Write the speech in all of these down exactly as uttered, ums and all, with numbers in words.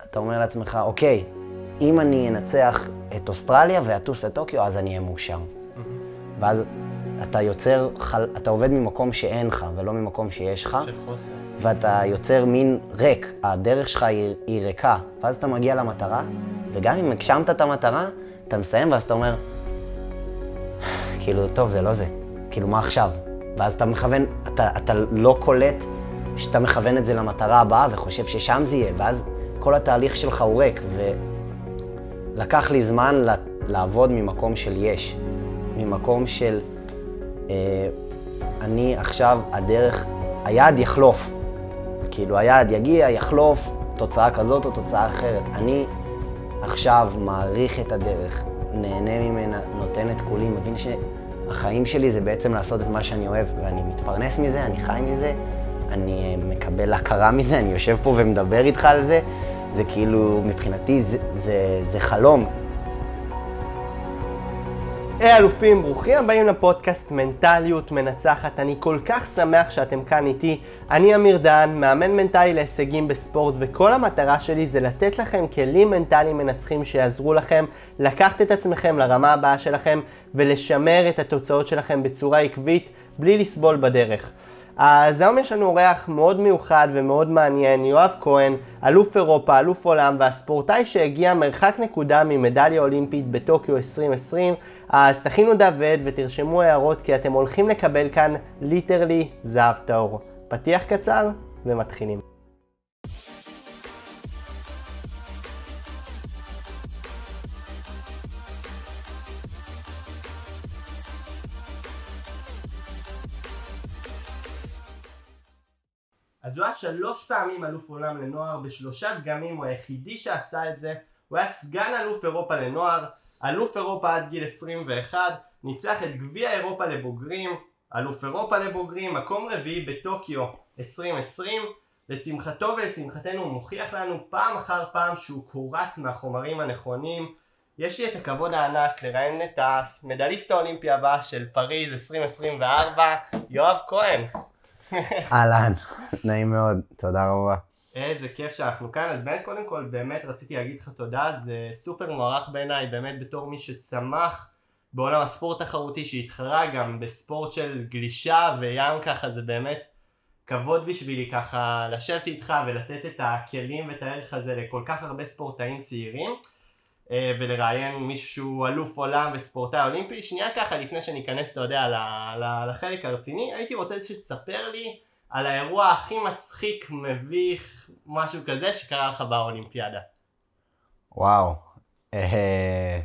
אתה אומר לעצמך, אוקיי, אם אני אנצח את אוסטרליה ואטוס לטוקיו, אז אני אהיה מאושר. Mm-hmm. ואז אתה יוצר, אתה עובד ממקום שאין לך, ולא ממקום שיש לך. של חוסר. ואתה יוצר מין ריק, הדרך שלך היא, היא ריקה. ואז אתה מגיע למטרה, וגם אם הגשמת את המטרה, אתה מסיים ואז אתה אומר, כאילו, טוב, זה לא זה. כאילו, מה עכשיו? ואז אתה מכוון, אתה, אתה לא קולט שאתה מכוון את זה למטרה הבאה וחושב ששם זה יהיה, ואז כל התהליך שלך הוא ריק, ולקח לי זמן לעבוד ממקום של יש, ממקום של אה, אני עכשיו הדרך, היעד יחלוף, כאילו היעד יגיע, יחלוף, תוצאה כזאת או תוצאה אחרת. אני עכשיו מעריך את הדרך, נהנה ממנה, נותן את כולי, מבין שהחיים שלי זה בעצם לעשות את מה שאני אוהב, ואני מתפרנס מזה, אני חי מזה, אני מקבל הכרה מזה, אני יושב פה ומדבר איתך על זה, זה כאילו, מבחינתי, זה, זה, זה חלום. היי אלופים, ברוכים הבאים לפודקאסט מנטליות מנצחת. אני כל כך שמח שאתם כאן איתי. אני אמיר דהן, מאמן מנטלי להישגים בספורט, וכל המטרה שלי זה לתת לכם כלים מנטליים מנצחים שיעזרו לכם לקחת את עצמכם לרמה הבאה שלכם ולשמר את התוצאות שלכם בצורה עקבית בלי לסבול בדרך. אז היום יש לנו אורח מאוד מיוחד ומאוד מעניין, יואב כהן, אלוף אירופה, אלוף עולם והספורטאי שהגיע מרחק נקודה ממדליה אולימפית בטוקיו עשרים עשרים. אז תכינו דווד ותרשמו הערות כי אתם הולכים לקבל כאן ליטרלי זהב טהור. פתיח קצר ומתחילים. אז הוא היה שלוש פעמים אלוף עולם לנוער, בשלושה דגמים, הוא היחידי שעשה את זה. הוא היה סגן אלוף אירופה לנוער, אלוף אירופה עד גיל עשרים ואחת, ניצח את גביע אירופה לבוגרים, אלוף אירופה לבוגרים, מקום רביעי בטוקיו עשרים עשרים. לשמחתו ולשמחתנו הוא מוכיח לנו פעם אחר פעם שהוא קורץ מהחומרים הנכונים. יש לי את הכבוד הענק לראיין את המדליסט האולימפי הבא של פריז עשרים עשרים וארבע, יואב כהן. אהלן, נעים מאוד, תודה רבה. איזה כיף שאנחנו כאן. אז באמת קודם כל באמת רציתי להגיד לך תודה, זה סופר מוערך בעיניי, באמת בתור מי שצמח בעולם הספורט תחרותי, שהתחרה גם בספורט של גלישה וים ככה, זה באמת כבוד בשבילי ככה לשבת איתך ולתת את הכלים ואת הערך הזה לכל כך הרבה ספורטאים צעירים, ולראיין מישהו אלוף עולם וספורטאי אולימפי. שנייה ככה לפני שניכנס, אתה יודע, לחלק הרציני, הייתי רוצה שתספר לי על האירוע הכי מצחיק, מביך, משהו כזה שקרה לך באולימפיאדה. וואו, אה,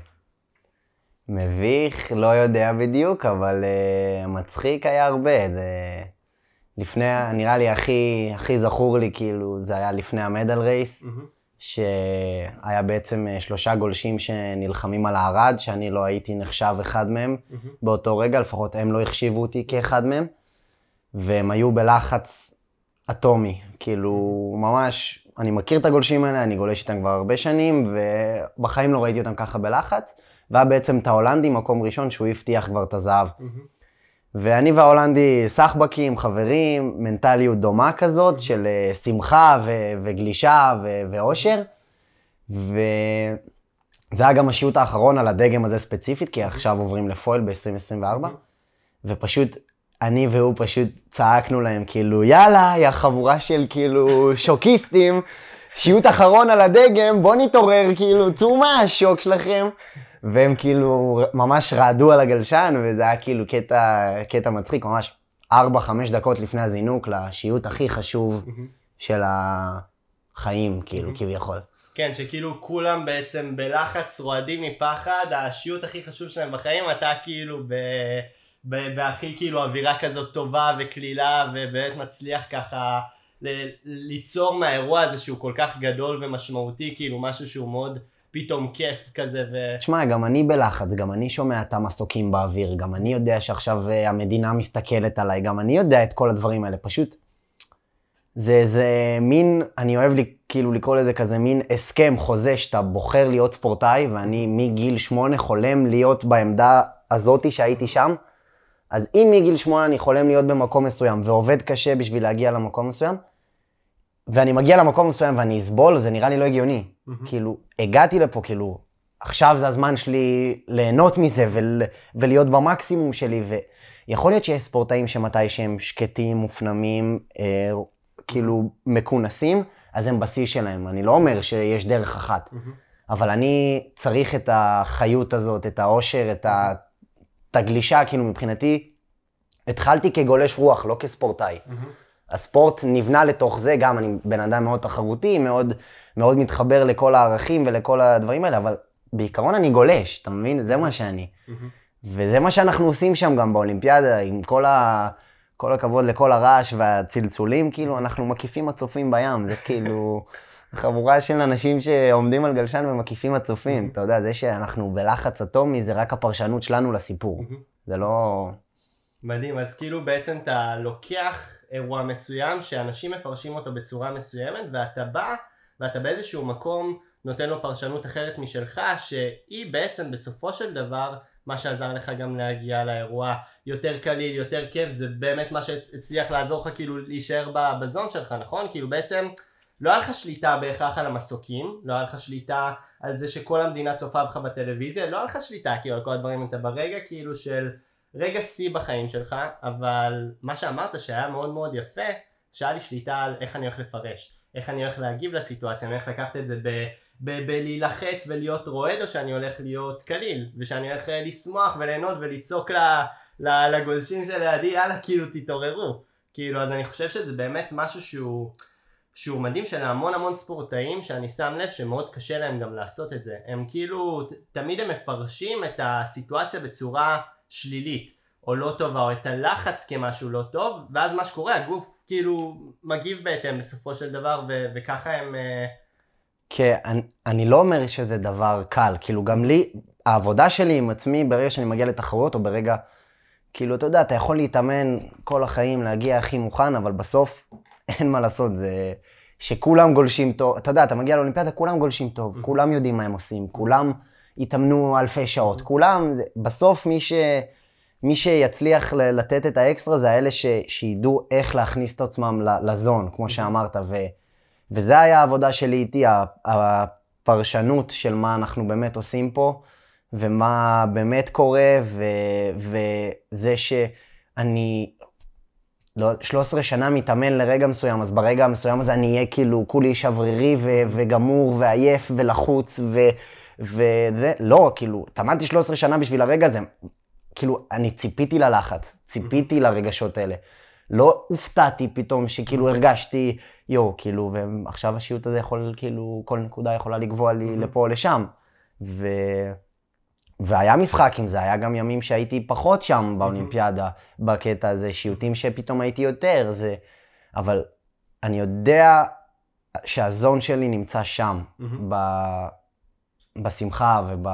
מביך, לא יודע בדיוק, אבל אה, מצחיק היה הרבה. זה, לפני, נראה לי הכי, הכי זכור לי, כאילו, זה היה לפני המדל רייס, mm-hmm. שהיה בעצם שלושה גולשים שנלחמים על הערד, שאני לא הייתי נחשב אחד מהם mm-hmm. באותו רגע, לפחות הם לא החשיבו אותי כאחד מהם. והם היו בלחץ אטומי, כאילו ממש, אני מכיר את הגולשים האלה, אני גולש איתם כבר הרבה שנים, ובחיים לא ראיתי אותם ככה בלחץ, והיה בעצם את ההולנדי, מקום ראשון שהוא הבטיח כבר את הזהב. Mm-hmm. ואני וההולנדי סחבקים, חברים, מנטליות דומה כזאת, mm-hmm. של שמחה ו- וגלישה ו- ואושר, וזה היה גם השיעוט האחרון על הדגם הזה ספציפית, כי עכשיו עוברים לפועל ב-עשרים עשרים וארבע, mm-hmm. ופשוט אני והוא פשוט צעקנו להם, כאילו, יאללה, יא חבורה של כאילו שוקיסטים, שיעוט אחרון על הדגם, בוא נתעורר, כאילו, צאו מה השוק שלכם. והם כאילו ממש רעדו על הגלשן, וזה היה כאילו קטע, קטע מצחיק, ממש ארבע חמש דקות לפני הזינוק, לשיעוט הכי חשוב של החיים, כאילו, כביכול. כן, שכאילו כולם בעצם בלחץ, רועדים מפחד, השיעוט הכי חשוב שלהם בחיים, אתה כאילו ב... בהכי כאילו אווירה כזאת טובה וכלילה, ובאמת מצליח ככה ל- ליצור מהאירוע הזה שהוא כל כך גדול ומשמעותי, כאילו משהו שהוא מאוד פתאום כיף כזה. ו... תשמע, גם אני בלחץ, גם אני שומע את המסוקים באוויר, גם אני יודע שעכשיו המדינה מסתכלת עליי, גם אני יודע את כל הדברים האלה, פשוט זה, זה מין, אני אוהב לי, כאילו לקרוא לזה כזה מין הסכם, חוזה, שאתה בוחר להיות ספורטאי, ואני מגיל שמונה חולם להיות בעמדה הזאתי שהייתי שם, אז אם מגיל שמונה אני חולם להיות במקום מסוים, ועובד קשה בשביל להגיע למקום מסוים, ואני מגיע למקום מסוים ואני אסבול, זה נראה לי לא הגיוני. Mm-hmm. כאילו, הגעתי לפה, כאילו, עכשיו זה הזמן שלי ליהנות מזה ול, ולהיות במקסימום שלי, ויכול להיות שיש ספורטאים שמתי שהם שקטים, מופנמים, אה, כאילו מכונסים, אז הם בשיא שלהם. אני לא אומר שיש דרך אחת, mm-hmm. אבל אני צריך את החיות הזאת, את האושר, את, ה, את הגלישה, כאילו מבחינתי, התחלתי כגולש רוח, לא כספורטאי. Mm-hmm. הספורט נבנה לתוך זה, גם אני בן אדם מאוד תחרותי, מאוד, מאוד מתחבר לכל הערכים ולכל הדברים האלה, אבל בעיקרון אני גולש, אתה מבין? זה מה שאני. Mm-hmm. וזה מה שאנחנו עושים שם גם באולימפיאדה, עם כל, ה... כל הכבוד לכל הרעש והצלצולים, כאילו אנחנו מקיפים הצופים בים, זה כאילו חבורה של אנשים שעומדים על גלשן ומקיפים הצופים, mm-hmm. אתה יודע, זה שאנחנו בלחץ אטומי, זה רק הפרשנות שלנו לסיפור, mm-hmm. זה לא... מדהים, אז כאילו בעצם אתה לוקח אירוע מסוים שאנשים מפרשים אותו בצורה מסוימת, ואתה בא ואתה באיזשהו מקום נותן לו פרשנות אחרת משלך, שהיא בעצם בסופו של דבר מה שעזר לך גם להגיע לאירוע יותר קליל, יותר כיף, זה באמת מה שהצליח לעזור לך כאילו להישאר בזון שלך, נכון? כאילו בעצם לא היה לך שליטה בהכרח על המסוקים, לא היה לך שליטה על זה שכל המדינה צופה בך בטלוויזיה, לא היה לך שליטה כאילו על כל הדברים, אתה ברגע כאילו של רגע שיא בחיים שלך, אבל מה שאמרת שהיה מאוד מאוד יפה, שהיה לי שליטה על איך אני הולך לפרש, איך אני הולך להגיב לסיטואציה, אני הולך לקחת את זה ב... בלהילחץ ולהיות רועד, או שאני הולך להיות קליל, ושאני הולך לשמוח וליהנות ולצעוק לגולשים שלידי, יאללה, כאילו תתעוררו. כאילו, אז אני חושב שזה באמת משהו שהוא, שהוא מדהים, של המון המון ספורטאים, שאני שם לב שמאוד קשה להם גם לעשות את זה. הם כאילו, תמיד הם מפרשים את הסיטואציה בצורה שלילית, או לא טובה, או את הלחץ כמשהו לא טוב, ואז מה שקורה, הגוף כאילו מגיב בהתאם בסופו של דבר, ו- וככה הם... כן, אני, אני לא אומר שזה דבר קל, כאילו גם לי, העבודה שלי עם עצמי ברגע שאני מגיע לתחרות, או ברגע, כאילו אתה יודע, אתה יכול להתאמן כל החיים, להגיע הכי מוכן, אבל בסוף אין מה לעשות, זה שכולם גולשים טוב, אתה יודע, אתה מגיע לאולימפיאדה, כולם גולשים טוב, כולם יודעים מה הם עושים, כולם התאמנו אלפי שעות, כולם, בסוף מי ש... מי שיצליח לתת את האקסטרה זה האלה ש... שידעו איך להכניס את עצמם לזון, כמו שאמרת, ו... וזה היה העבודה שלי איתי, הפרשנות של מה אנחנו באמת עושים פה, ומה באמת קורה, ו... וזה שאני לא, שלוש עשרה שנה מתאמן לרגע מסוים, אז ברגע המסוים הזה אני אהיה כאילו כולי שברירי ו... וגמור ועייף ולחוץ, ו... וזה, לא, כאילו, תאמנתי שלוש עשרה שנה בשביל הרגע הזה, כאילו, אני ציפיתי ללחץ, ציפיתי לרגשות האלה. לא הופתעתי פתאום שכאילו הרגשתי, יו, כאילו, ועכשיו השיעוט הזה יכול, כאילו, כל נקודה יכולה לגבוע לי לפה או לשם. ו... והיה משחק עם זה, היה גם ימים שהייתי פחות שם באולימפיאדה, בקטע הזה, שיעוטים שפתאום הייתי יותר, זה... אבל אני יודע שהזון שלי נמצא שם, ב... בשמחה וב...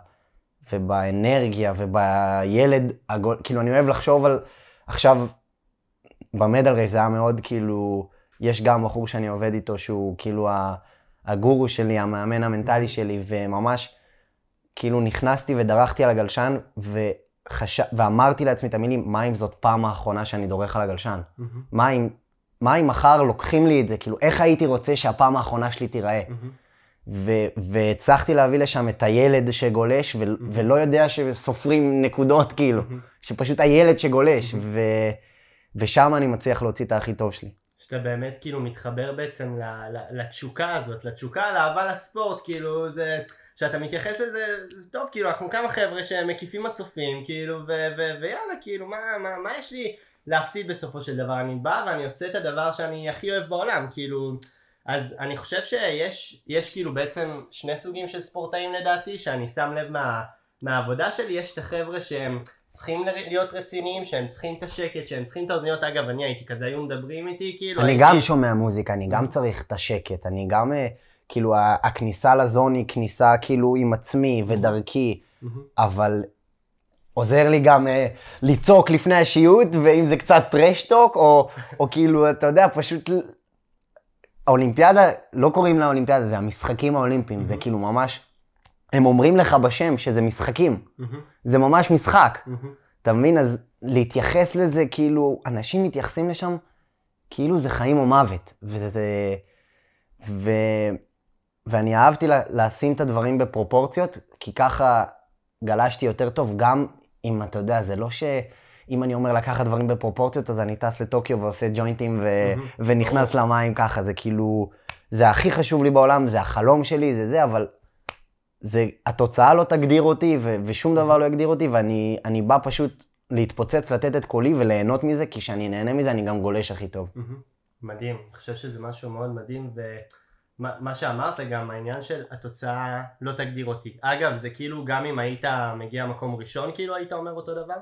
ובאנרגיה ובילד, הגול... כאילו, אני אוהב לחשוב על... עכשיו, במדל רייס זה היה מאוד כאילו, יש גם בחור שאני עובד איתו שהוא כאילו הגורו שלי, המאמן המנטלי שלי, וממש כאילו נכנסתי ודרכתי על הגלשן, וחש... ואמרתי לעצמי את המילים, מה אם זאת פעם האחרונה שאני דורך על הגלשן? Mm-hmm. מה אם, מה אם מחר לוקחים לי את זה? כאילו, איך הייתי רוצה שהפעם האחרונה שלי תיראה? Mm-hmm. ו... והצלחתי להביא לשם את הילד שגולש, ו... mm-hmm. ולא יודע שסופרים נקודות כאילו, mm-hmm. שפשוט הילד שגולש, mm-hmm. ו... ושם אני מצליח להוציא את הכי טוב שלי. שאתה באמת כאילו מתחבר בעצם לתשוקה הזאת, לתשוקה, לאהבה לספורט, כאילו זה, שאתה מתייחס לזה, טוב, כאילו אנחנו כמה חבר'ה שמקיפים הצופים, כאילו, ו- ו- ויאללה, כאילו, מה, מה, מה יש לי להפסיד בסופו של דבר? אני בא ואני עושה את הדבר שאני הכי אוהב בעולם, כאילו, אז אני חושב שיש, יש כאילו בעצם שני סוגים של ספורטאים לדעתי, שאני שם לב מה, מהעבודה שלי, יש את החבר'ה שהם צריכים להיות רציניים, שהם צריכים את השקט, שהם צריכים את האוזניות. אגב, אני הייתי כזה, היו מדברים איתי, כאילו... אני גם שומע מוזיקה, אני גם צריך את השקט, אני גם, כאילו, הכניסה לזון היא כניסה כאילו עם עצמי ודרכי, אבל עוזר לי גם לצעוק לפני השיעוט, ואם זה קצת טרשטוק, או, או כאילו, אתה יודע, פשוט... האולימפיאדה, לא קוראים לה אולימפיאדה, זה המשחקים האולימפיים, זה כאילו ממש... הם אומרים לך בשם שזה משחקים. Mm-hmm. זה ממש משחק. Mm-hmm. אתה מבין? אז להתייחס לזה, כאילו, אנשים מתייחסים לשם כאילו זה חיים או מוות, וזה, ו, ואני אהבתי לה, לשים את הדברים בפרופורציות, כי ככה גלשתי יותר טוב, גם אם אתה יודע, זה לא שאם אני אומר לקחת דברים בפרופורציות, אז אני טס לטוקיו ועושה ג'וינטים ו, ונכנס למים ככה, זה כאילו, זה הכי חשוב לי בעולם, זה החלום שלי, זה זה, אבל זה, התוצאה לא תגדיר אותי, ו, ושום דבר לא יגדיר אותי, ואני אני בא פשוט להתפוצץ, לתת את קולי וליהנות מזה, כי כשאני נהנה מזה, אני גם גולש הכי טוב. מדהים, אני חושב שזה משהו מאוד מדהים, ומה שאמרת גם, העניין של התוצאה לא תגדיר אותי. אגב, זה כאילו גם אם היית מגיע מקום ראשון, כאילו היית אומר אותו דבר?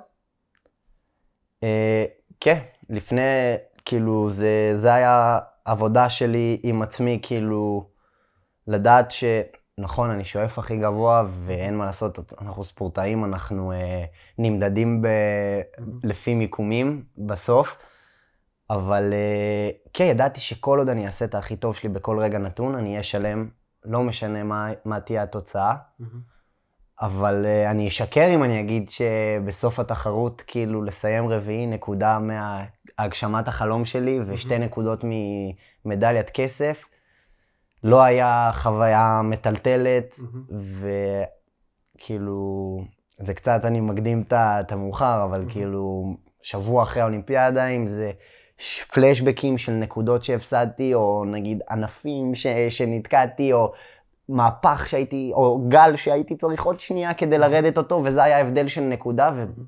כן, לפני, כאילו, זה היה עבודה שלי עם עצמי, כאילו, לדעת ש... נכון, אני שואף הכי גבוה, ואין מה לעשות, אנחנו ספורטאים, אנחנו אה, נמדדים ב... לפי מיקומים בסוף, אבל אה, כן, ידעתי שכל עוד אני אעשה את הכי טוב שלי בכל רגע נתון, אני אהיה שלם, לא משנה מה, מה תהיה התוצאה, אבל אה, אני אשקר אם אני אגיד שבסוף התחרות, כאילו, לסיים רביעי נקודה מהגשמת החלום שלי, ושתי נקודות ממדליית כסף, לא היה חוויה מטלטלת, וכאילו, זה קצת, אני מקדים את המאוחר, אבל כאילו, שבוע אחרי האולימפיאדה, אם זה פלשבקים של נקודות שהפסדתי, או נגיד ענפים שנתקעתי, או מהפך שהייתי, או גל שהייתי צריך עוד שנייה כדי לרדת אותו, וזה היה ההבדל של נקודה,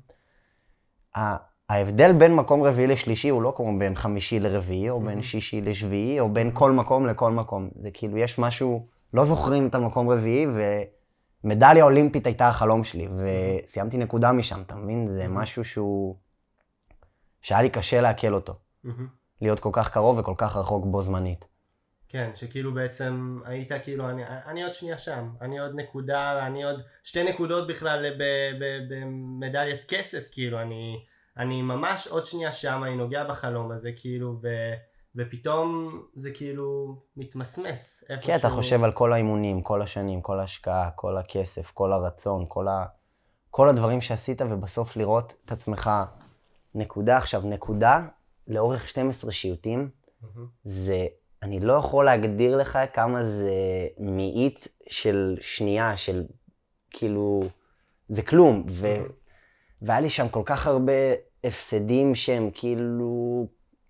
ההבדל בין מקום רביעי לשלישי הוא לא כמו בין חמישי לרביעי, או בין שישי לשביעי, או בין כל מקום לכל מקום. זה כאילו, יש משהו, לא זוכרים את המקום רביעי, ומדליה אולימפית הייתה החלום שלי, וסיימתי נקודה משם, אתה מבין? זה משהו שהוא, שהיה לי קשה להקל אותו. להיות כל כך קרוב וכל כך רחוק בו זמנית. כן, שכאילו בעצם היית כאילו, אני, אני עוד שנייה שם, אני עוד נקודה, אני עוד שתי נקודות בכלל במדליית כסף, כאילו, אני... אני ממש עוד שנייה שם, אני נוגע בחלום הזה, כאילו, ו... ופתאום זה כאילו מתמסמס. כי אתה חושב על כל האימונים, כל השנים, כל ההשקעה, כל הכסף, כל הרצון, כל, ה... כל הדברים שעשית, ובסוף לראות את עצמך נקודה. עכשיו, נקודה לאורך שנים עשר שיעוטים, זה, אני לא יכול להגדיר לך כמה זה מאית של שנייה, של כאילו, זה כלום. ו... והיה לי שם כל כך הרבה הפסדים שהם כאילו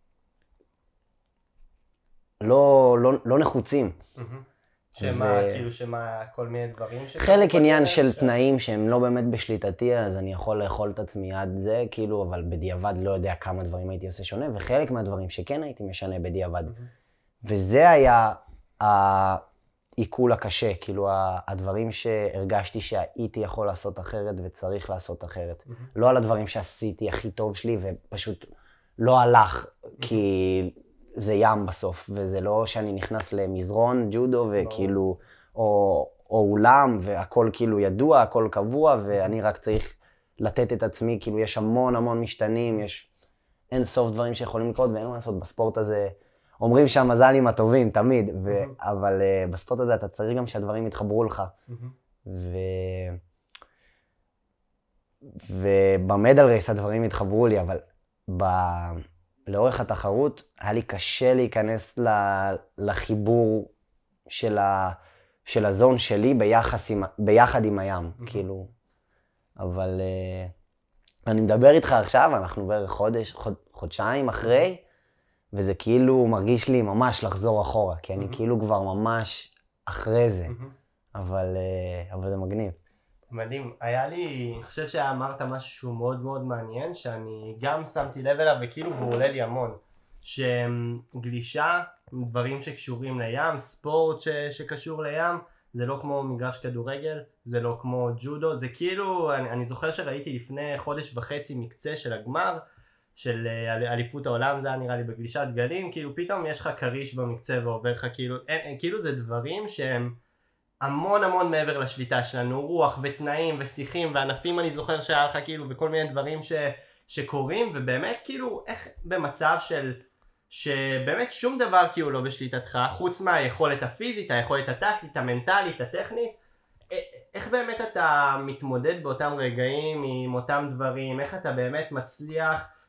לא, לא, לא נחוצים. שמה, כאילו שמה, כל מיני דברים? חלק עניין של תנאים שהם לא באמת בשליטתי, אז אני יכול לאכול את עצמי עד זה, כאילו, אבל בדיעבד לא יודע כמה דברים הייתי עושה שונה, וחלק מהדברים שכן הייתי משנה בדיעבד. וזה היה העיכול הקשה, כאילו הדברים שהרגשתי שהייתי יכול לעשות אחרת וצריך לעשות אחרת. לא על הדברים שעשיתי הכי טוב שלי ופשוט לא הלך, כי זה ים בסוף, וזה לא שאני נכנס למזרון, ג'ודו, וכאילו, או, או אולם, והכל כאילו ידוע, הכל קבוע, ואני רק צריך לתת את עצמי, כאילו יש המון המון משתנים, יש אין סוף דברים שיכולים לקרות, ואין מה לעשות בספורט הזה. אומרים שהמזלים הטובים, תמיד, ו... אבל uh, בספורט הזה אתה צריך גם שהדברים יתחברו לך. ו... ובמדל רייס הדברים יתחברו לי, אבל ב... לאורך התחרות היה לי קשה להיכנס ל... לחיבור של, ה... של הזון שלי ביחס עם... ביחד עם הים, כאילו. אבל uh, אני מדבר איתך עכשיו, אנחנו בערך חודש, חוד... חודשיים אחרי, וזה כאילו מרגיש לי ממש לחזור אחורה, כי אני כאילו כבר ממש אחרי זה, אבל, אבל זה מגניב. מדהים. היה לי, אני חושב שאמרת משהו מאוד מאוד מעניין, שאני גם שמתי לב אליו וכאילו הוא עולה לי המון, שגלישה, דברים שקשורים לים, ספורט ש, שקשור לים, זה לא כמו מגרש כדורגל, זה לא כמו ג'ודו, זה כאילו, אני, אני זוכר שראיתי לפני חודש וחצי מקצה של הגמר, של אליפות העולם, זה היה נראה לי בגלישת גלים, כאילו פתאום יש לך קריש במקצה ועובר לך כאילו, אין, כאילו זה דברים שהם המון המון מעבר לשליטה שלנו, רוח ותנאים ושיחים וענפים אני זוכר שהיה לך כאילו וכל מיני דברים ש, שקורים, ובאמת כאילו איך במצב של שבאמת שום דבר כאילו לא בשליטתך, חוץ מהיכולת הפיזית, היכולת הטקטית, המנטלית, הטכנית, איך באמת אתה מתמודד באותם רגעים עם אותם דברים, איך אתה באמת מצליח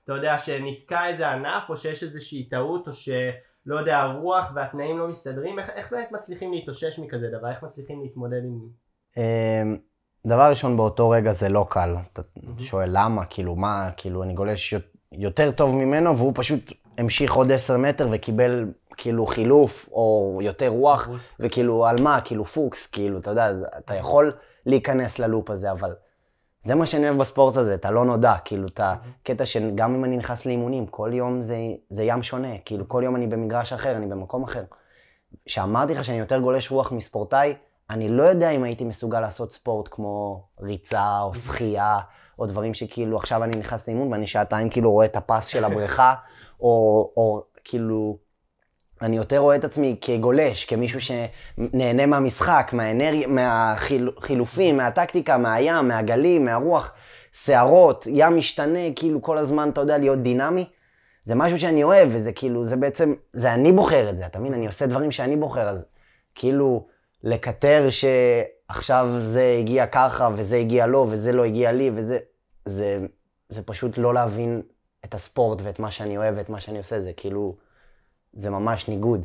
אתה יודע, שנתקע איזה ענף, או שיש איזושהי טעות, או שלא יודע, הרוח והתנאים לא מסתדרים, איך, איך באמת מצליחים להתאושש מכזה דבר? איך מצליחים להתמודד עם... דבר ראשון, באותו רגע זה לא קל. אתה שואל למה, כאילו מה, כאילו אני גולש יותר טוב ממנו, והוא פשוט המשיך עוד עשר מטר וקיבל כאילו חילוף, או יותר רוח, וכאילו על מה, כאילו פוקס, כאילו, אתה יודע, אתה יכול להיכנס ללופ הזה, אבל זה מה שאני אוהב בספורט הזה, אתה לא נודע, כאילו, אתה קטע שגם אם אני נכנס לאימונים, כל יום זה, זה ים שונה, כאילו, כל יום אני במגרש אחר, אני במקום אחר. שאמרתי לך שאני יותר גולש רוח מספורטאי, אני לא יודע אם הייתי מסוגל לעשות ספורט כמו ריצה או שחייה, או דברים שכאילו עכשיו אני נכנס לאימון ואני שעתיים כאילו רואה את הפס של הבריכה, או, או כאילו, אני יותר רואה את עצמי כגולש, כמישהו שנהנה מהמשחק, מהאנרגיה, מהחילופים, מהטקטיקה, מהים, מהגלים, מהרוח, שערות, ים משתנה, כאילו כל הזמן אתה יודע להיות דינמי. זה משהו שאני אוהב, וזה כאילו, זה בעצם, זה אני בוחר את זה, אתה מבין? אני עושה דברים שאני בוחר, אז כאילו לקטר שעכשיו זה הגיע ככה, וזה הגיע לו, וזה לא הגיע לי, וזה, זה, זה פשוט לא להבין את הספורט ואת מה שאני אוהב ואת מה שאני עושה, זה כאילו, זה ממש ניגוד.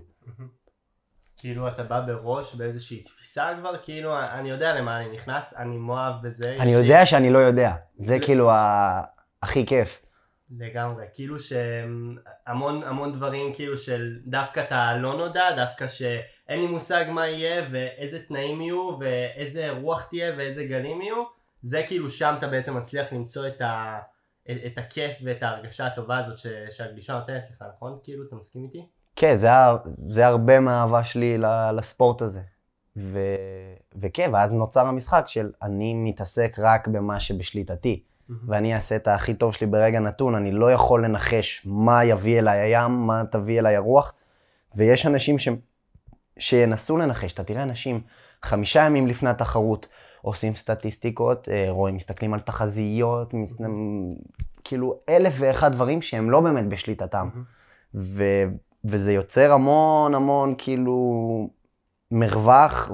כאילו אתה בא בראש באיזושהי תפיסה כבר, כאילו אני יודע למה אני נכנס, אני מואב בזה. אני יודע שאני לא יודע, זה כאילו הכי כיף. לגמרי, כאילו שהמון המון דברים כאילו של דווקא אתה לא נודע, דווקא שאין לי מושג מה יהיה ואיזה תנאים יהיו ואיזה רוח תהיה ואיזה גלים יהיו, זה כאילו שם אתה בעצם מצליח למצוא את ה... את הכיף ואת ההרגשה הטובה הזאת שהגלישה נותנת לך, נכון? כאילו, אתה מסכים איתי? כן, זה, זה הרבה מהאהבה שלי לספורט הזה. ו, וכן, ואז נוצר המשחק של אני מתעסק רק במה שבשליטתי, mm-hmm. ואני אעשה את הכי טוב שלי ברגע נתון, אני לא יכול לנחש מה יביא אליי הים, מה תביא אליי הרוח, ויש אנשים ש, שינסו לנחש, אתה תראה אנשים חמישה ימים לפני התחרות, עושים סטטיסטיקות, רואים, מסתכלים על תחזיות, מס... כאילו אלף ואחד דברים שהם לא באמת בשליטתם. Mm-hmm. ו... וזה יוצר המון המון כאילו מרווח,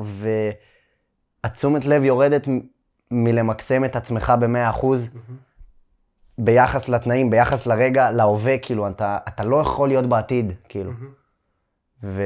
והתשומת לב יורדת מ... מלמקסם את עצמך במאה אחוז, mm-hmm. ביחס לתנאים, ביחס לרגע, להווה, כאילו אתה, אתה לא יכול להיות בעתיד, כאילו. Mm-hmm. ו...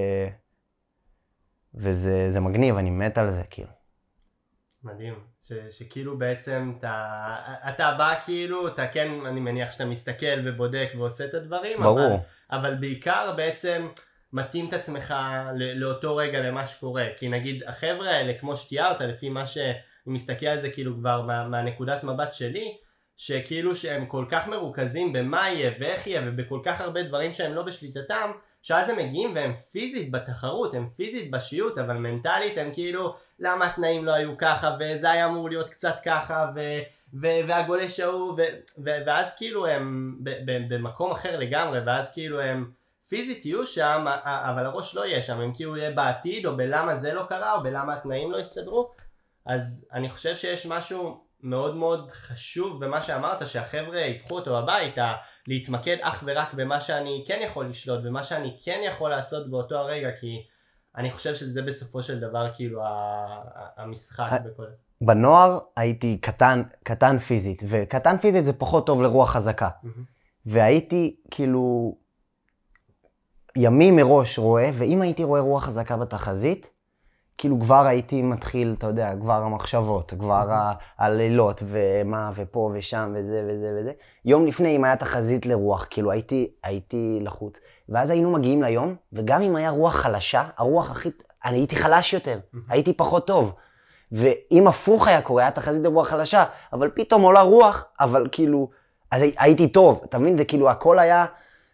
וזה זה מגניב, אני מת על זה, כאילו. מדהים, ש, שכאילו בעצם אתה, אתה בא כאילו, אתה כן, אני מניח שאתה מסתכל ובודק ועושה את הדברים, ברור. אבל, אבל בעיקר בעצם מתאים את עצמך לא, לאותו רגע למה שקורה, כי נגיד החבר'ה האלה, כמו שתיארת, לפי מה שאני מסתכל על זה כאילו כבר מה, מהנקודת מבט שלי, שכאילו שהם כל כך מרוכזים במה יהיה ואיך יהיה ובכל כך הרבה דברים שהם לא בשליטתם, שאז הם מגיעים והם פיזית בתחרות, הם פיזית בשיעוט, אבל מנטלית הם כאילו, למה התנאים לא היו ככה, וזה היה אמור להיות קצת ככה, ו- ו- והגולש ההוא, ו- ו- ואז כאילו הם ב- ב- במקום אחר לגמרי, ואז כאילו הם פיזית יהיו שם, אבל הראש לא יהיה שם, הם כאילו יהיה בעתיד, או בלמה זה לא קרה, או בלמה התנאים לא הסתדרו. אז אני חושב שיש משהו מאוד מאוד חשוב במה שאמרת, שהחבר'ה ייקחו אותו הביתה, להתמקד אך ורק במה שאני כן יכול לשלוט, ומה שאני כן יכול לעשות באותו הרגע, כי אני חושב שזה בסופו של דבר כאילו המשחק בכל זה. בנוער הייתי קטן, קטן פיזית, וקטן פיזית זה פחות טוב לרוח חזקה. והייתי כאילו ימים מראש רואה, ואם הייתי רואה רוח חזקה בתחזית, כאילו כבר הייתי מתחיל, אתה יודע, כבר המחשבות, כבר הלילות, ומה, ופה ושם, וזה וזה וזה. יום לפני, אם היה תחזית לרוח, כאילו הייתי, הייתי לחוץ. ואז היינו מגיעים ליום, וגם אם היה רוח חלשה, הרוח הכי, אני הייתי חלש יותר, הייתי פחות טוב. ואם הפוך היה קורה, היה תחזית לרוח חלשה, אבל פתאום עולה רוח, אבל כאילו, אז הייתי טוב, אתה מבין? זה כאילו, הכל היה,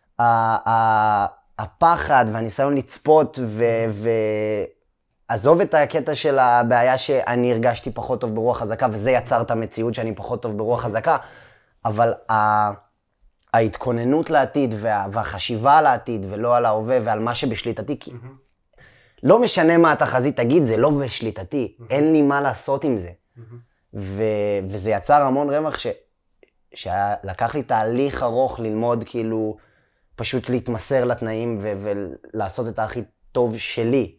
הפחד והניסיון לצפות, ו... עזוב את הקטע של הבעיה שאני הרגשתי פחות טוב ברוח חזקה, וזה יצר את המציאות שאני פחות טוב ברוח חזקה, אבל ההתכוננות לעתיד וה, והחשיבה על העתיד, ולא על ההווה ועל מה שבשליטתי, כי לא משנה מה התחזית תגיד, זה לא בשליטתי, אין לי מה לעשות עם זה. ו, וזה יצר המון רווח ש, שלקח לי תהליך ארוך ללמוד, כאילו, פשוט להתמסר לתנאים ו, ולעשות את הכי טוב שלי.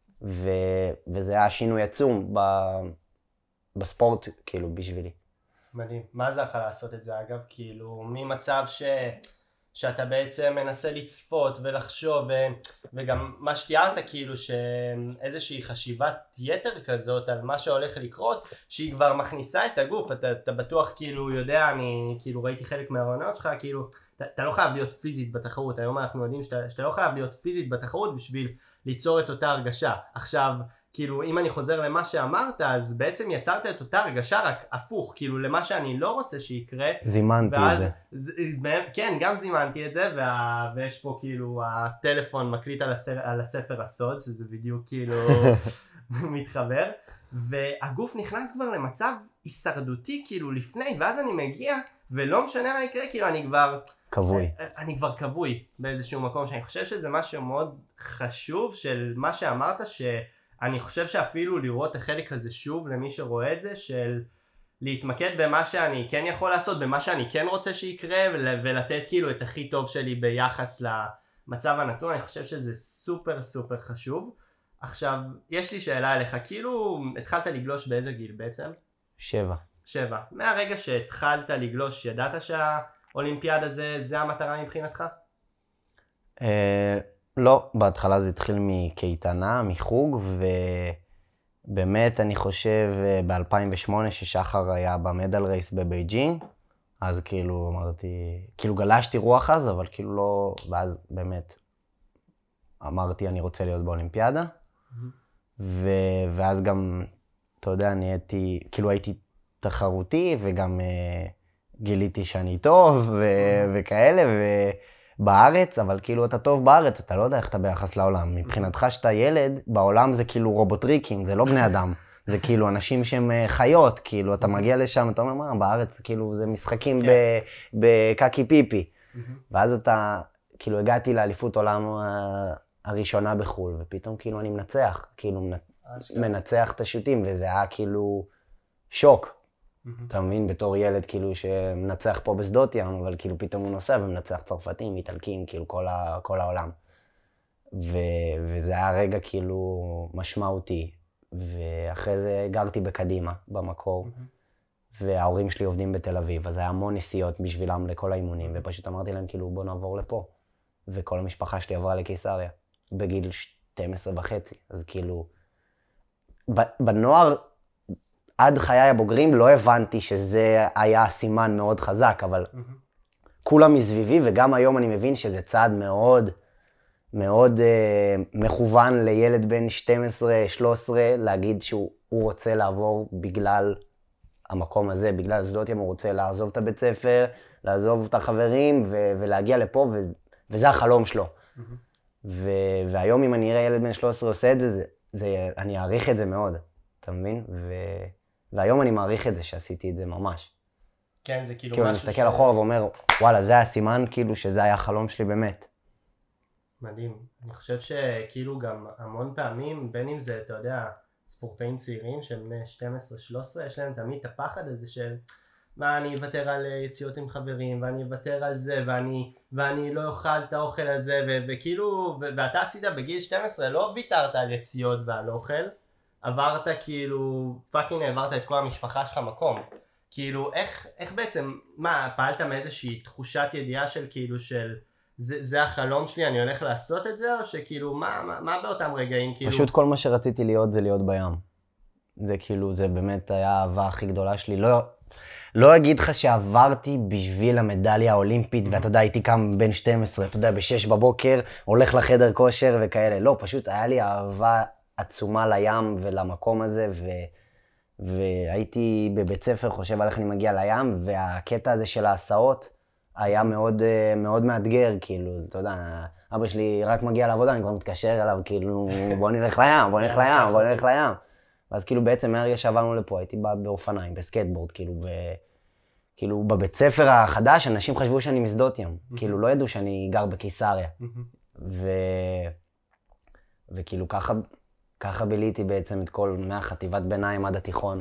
ו- וזה היה שינוי עצום ב- בספורט, כאילו, בשבילי. מדהים. מה זה לך לעשות את זה אגב? כאילו, ממצב ש... שאתה בעצם מנסה לצפות ולחשוב, ו... וגם מה שתיארת כאילו שאיזושהי חשיבת יתר כזאת על מה שהולך לקרות, שהיא כבר מכניסה את הגוף, אתה, אתה בטוח כאילו יודע, אני כאילו ראיתי חלק מהרעיונות שלך, כאילו, אתה, אתה לא חייב להיות פיזית בתחרות, היום אנחנו יודעים שאתה, שאתה לא חייב להיות פיזית בתחרות בשביל ליצור את אותה הרגשה. עכשיו, כאילו, אם אני חוזר למה שאמרת, אז בעצם יצרת את אותה הרגשה, רק הפוך, כאילו, למה שאני לא רוצה שיקרה. זימנתי ואז, את זה. כן, גם זימנתי את זה, וה, ויש פה כאילו, הטלפון מקליט על, הספר, על הספר הסוד, שזה בדיוק כאילו מתחבר, והגוף נכנס כבר למצב הישרדותי, כאילו, לפני, ואז אני מגיע, ולא משנה מה יקרה, כאילו, אני כבר... כבוי. אני כבר כבוי באיזשהו מקום, שאני חושב שזה משהו מאוד חשוב, של מה שאמרת, ש... אני חושב שאפילו לראות את החלק הזה שוב למי שרואה את זה, של להתמקד במה שאני כן יכול לעשות, במה שאני כן רוצה שיקרה, ולתת כאילו את הכי טוב שלי ביחס למצב הנתון. אני חושב שזה סופר סופר חשוב. עכשיו, יש לי שאלה אליך, כאילו התחלת לגלוש באיזה גיל בעצם? שבע. שבע. מהרגע שהתחלת לגלוש, ידעת שהאולימפיאדה זה, זה המטרה מבחינתך? אה... לא, בהתחלה זה התחיל מקייטנה, מחוג, ובאמת אני חושב ב-אלפיים ושמונה ששחר היה במדל רייס בבייג'ינג, אז כאילו אמרתי, כאילו גלשתי רוח אז, אבל כאילו לא, ואז באמת אמרתי אני רוצה להיות באולימפיאדה, ו, ואז גם, אתה יודע, נהייתי, כאילו הייתי תחרותי, וגם uh, גיליתי שאני טוב, ו, וכאלה, ו... בארץ, אבל כאילו אתה טוב בארץ, אתה לא יודע איך אתה ביחס לעולם. מבחינתך שאתה ילד, בעולם זה כאילו רובוטריקים, זה לא בני אדם. זה כאילו אנשים שהם חיות, כאילו אתה מגיע לשם, אתה אומר, מה, בארץ כאילו זה משחקים בקקי פיפי. ואז אתה, כאילו הגעתי לאליפות עולם הראשונה בחול, ופתאום כאילו אני מנצח, כאילו מנצח את השוטים, וזה היה כאילו שוק. אתה מבין, בתור ילד כאילו שמנצח פה בשדות ים, אבל כאילו פתאום הוא נוסע ומנצח צרפתים, איטלקים, כאילו כל, ה, כל העולם. ו, וזה היה רגע כאילו משמעותי. ואחרי זה גרתי בקדימה, במקור, וההורים שלי עובדים בתל אביב, אז היה המון נסיעות בשבילם לכל האימונים, ופשוט אמרתי להם כאילו בוא נעבור לפה. וכל המשפחה שלי עברה לקיסריה, בגיל שתים עשרה וחצי, אז כאילו, בנוער, עד חיי הבוגרים לא הבנתי שזה היה סימן מאוד חזק, אבל mm-hmm. כולם מסביבי, וגם היום אני מבין שזה צעד מאוד, מאוד uh, מכוון לילד בן שתים עשרה שלוש עשרה, להגיד שהוא רוצה לעבור בגלל המקום הזה, בגלל שדות ים, הוא רוצה לעזוב את הבית ספר, לעזוב את החברים ו- ולהגיע לפה, ו- וזה החלום שלו. Mm-hmm. ו- והיום אם אני אראה ילד בן שלוש עשרה עושה את זה, זה, זה אני אעריך את זה מאוד, אתה מבין? ו- והיום אני מעריך את זה שעשיתי את זה ממש. כן, זה כאילו, כאילו משהו ש... כאילו אני מסתכל אחורה ואומר, וואלה, זה היה סימן כאילו שזה היה החלום שלי באמת. מדהים. אני חושב שכאילו גם המון פעמים, בין אם זה, אתה יודע, ספורטאים צעירים שהם בני שתים עשרה שלוש עשרה, יש להם תמיד את הפחד הזה של, מה, אני אוותר על יציאות עם חברים, ואני אוותר על זה, ואני, ואני לא אוכל את האוכל הזה, ו- וכאילו, ו- ואתה עשית בגיל שתים עשרה, לא ויתרת על יציאות ועל אוכל, עברת כאילו, פאקינג העברת את כל המשפחה שלך מקום. כאילו, איך, איך בעצם, מה, פעלת מאיזושהי תחושת ידיעה של כאילו, של, זה, זה החלום שלי, אני הולך לעשות את זה, או שכאילו, מה, מה, מה באותם רגעים, כאילו? פשוט כל מה שרציתי להיות זה להיות בים. זה כאילו, זה באמת היה האהבה הכי גדולה שלי. לא, לא אגיד לך שעברתי בשביל המדליה האולימפית, ואתה יודע, הייתי קם בן שתים עשרה, אתה יודע, בשש בבוקר, הולך לחדר כושר וכאלה. לא, פשוט היה לי אהבה עצומה לים ולמקום הזה, ו... והייתי בבית ספר, חושב על איך אני מגיע לים, והקטע הזה של ההסעות היה מאוד, מאוד מאתגר, כאילו, אתה יודע, אבא שלי רק מגיע לעבודה, אני כבר מתקשר אליו, כאילו, בוא נלך לים, בוא נלך לים, בוא נלך לים. ואז כאילו בעצם מהרגע שעברנו לפה, הייתי בא באופניים, בסקייטבורד, כאילו, וכאילו בבית ספר החדש, אנשים חשבו שאני משדות ים, כאילו, לא ידעו שאני גר בקיסריה. ו... וכאילו ככה... ככה ביליתי בעצם את כל, מהחטיבת ביניים עד התיכון.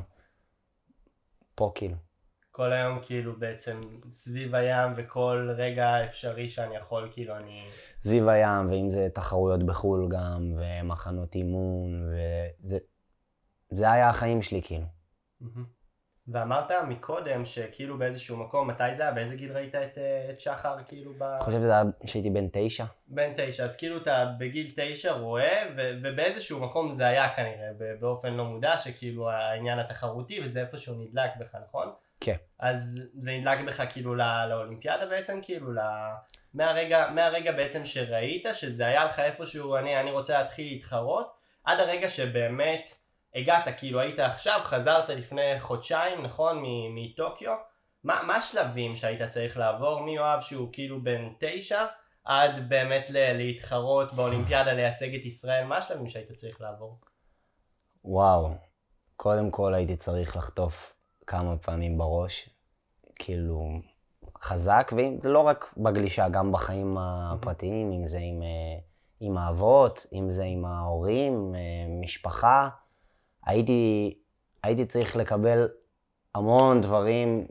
פה כאילו. כל היום כאילו בעצם סביב הים וכל רגע אפשרי שאני יכול כאילו אני... סביב הים, ואם זה תחרויות בחול גם, ומחנות אימון, וזה... זה היה החיים שלי כאילו. ואמרת מקודם שכאילו באיזשהו מקום, מתי זה היה? באיזה גיל ראית את, את שחר כאילו ב... אני חושב שזה היה שהייתי בן תשע. בן תשע, אז כאילו אתה בגיל תשע רואה, ו- ובאיזשהו מקום זה היה כנראה באופן לא מודע, שכאילו העניין התחרותי, וזה איפשהו נדלק בך, נכון? כן. אז זה נדלק בך כאילו לא, לאולימפיאדה בעצם, כאילו לא... מהרגע, מהרגע בעצם שראית שזה היה לך איפשהו, אני, אני רוצה להתחיל להתחרות, עד הרגע שבאמת הגעת, כאילו היית עכשיו, חזרת לפני חודשיים, נכון, מטוקיו, מה, מה השלבים שהיית צריך לעבור, מי אוהב שהוא כאילו בן תשע, עד באמת להתחרות באולימפיאדה, לייצג את ישראל, מה השלבים שהיית צריך לעבור? וואו, קודם כל הייתי צריך לחטוף כמה פעמים בראש, כאילו חזק, וזה לא רק בגלישה, גם בחיים הפרטיים, אם זה עם, עם האבות, אם זה עם ההורים, משפחה. הייתי, הייתי צריך לקבל המון דברים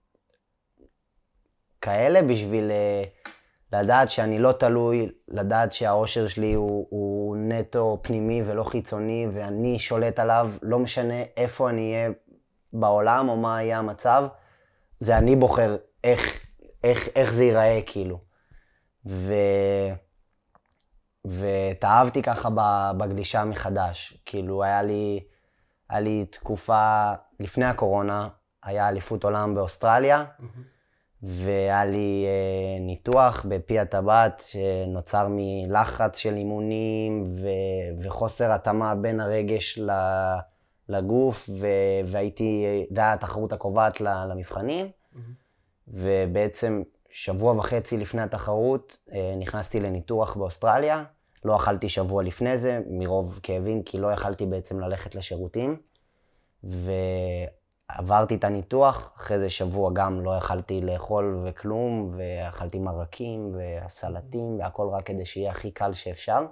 כאלה בשביל לדעת שאני לא תלוי, לדעת שהאושר שלי הוא, הוא נטו פנימי ולא חיצוני, ואני שולט עליו, לא משנה איפה אני אהיה בעולם או מה יהיה המצב, זה אני בוחר איך, איך, איך זה ייראה כאילו. ו... ותאהבתי ככה בגלישה מחדש, כאילו היה לי, היה לי תקופה לפני הקורונה, היה אליפות עולם באוסטרליה, mm-hmm. והיה לי אה, ניתוח בפי הטבעת שנוצר מלחץ של אימונים ו, וחוסר התאמה בין הרגש ל, לגוף, ו, והייתי, זה היה התחרות הקובעת למבחנים, mm-hmm. ובעצם שבוע וחצי לפני התחרות אה, נכנסתי לניתוח באוסטרליה, לא אכלתי שבוע לפני זה מרוב כאבים, כי לא יכלתי בעצם ללכת לשירותים, ו... עברתי את הניתוח, אחרי זה שבוע גם לא יכלתי לאכול וכלום, ואכלתי מרקים וסלטים, והכל רק כדי שיהיה הכי קל שאפשר.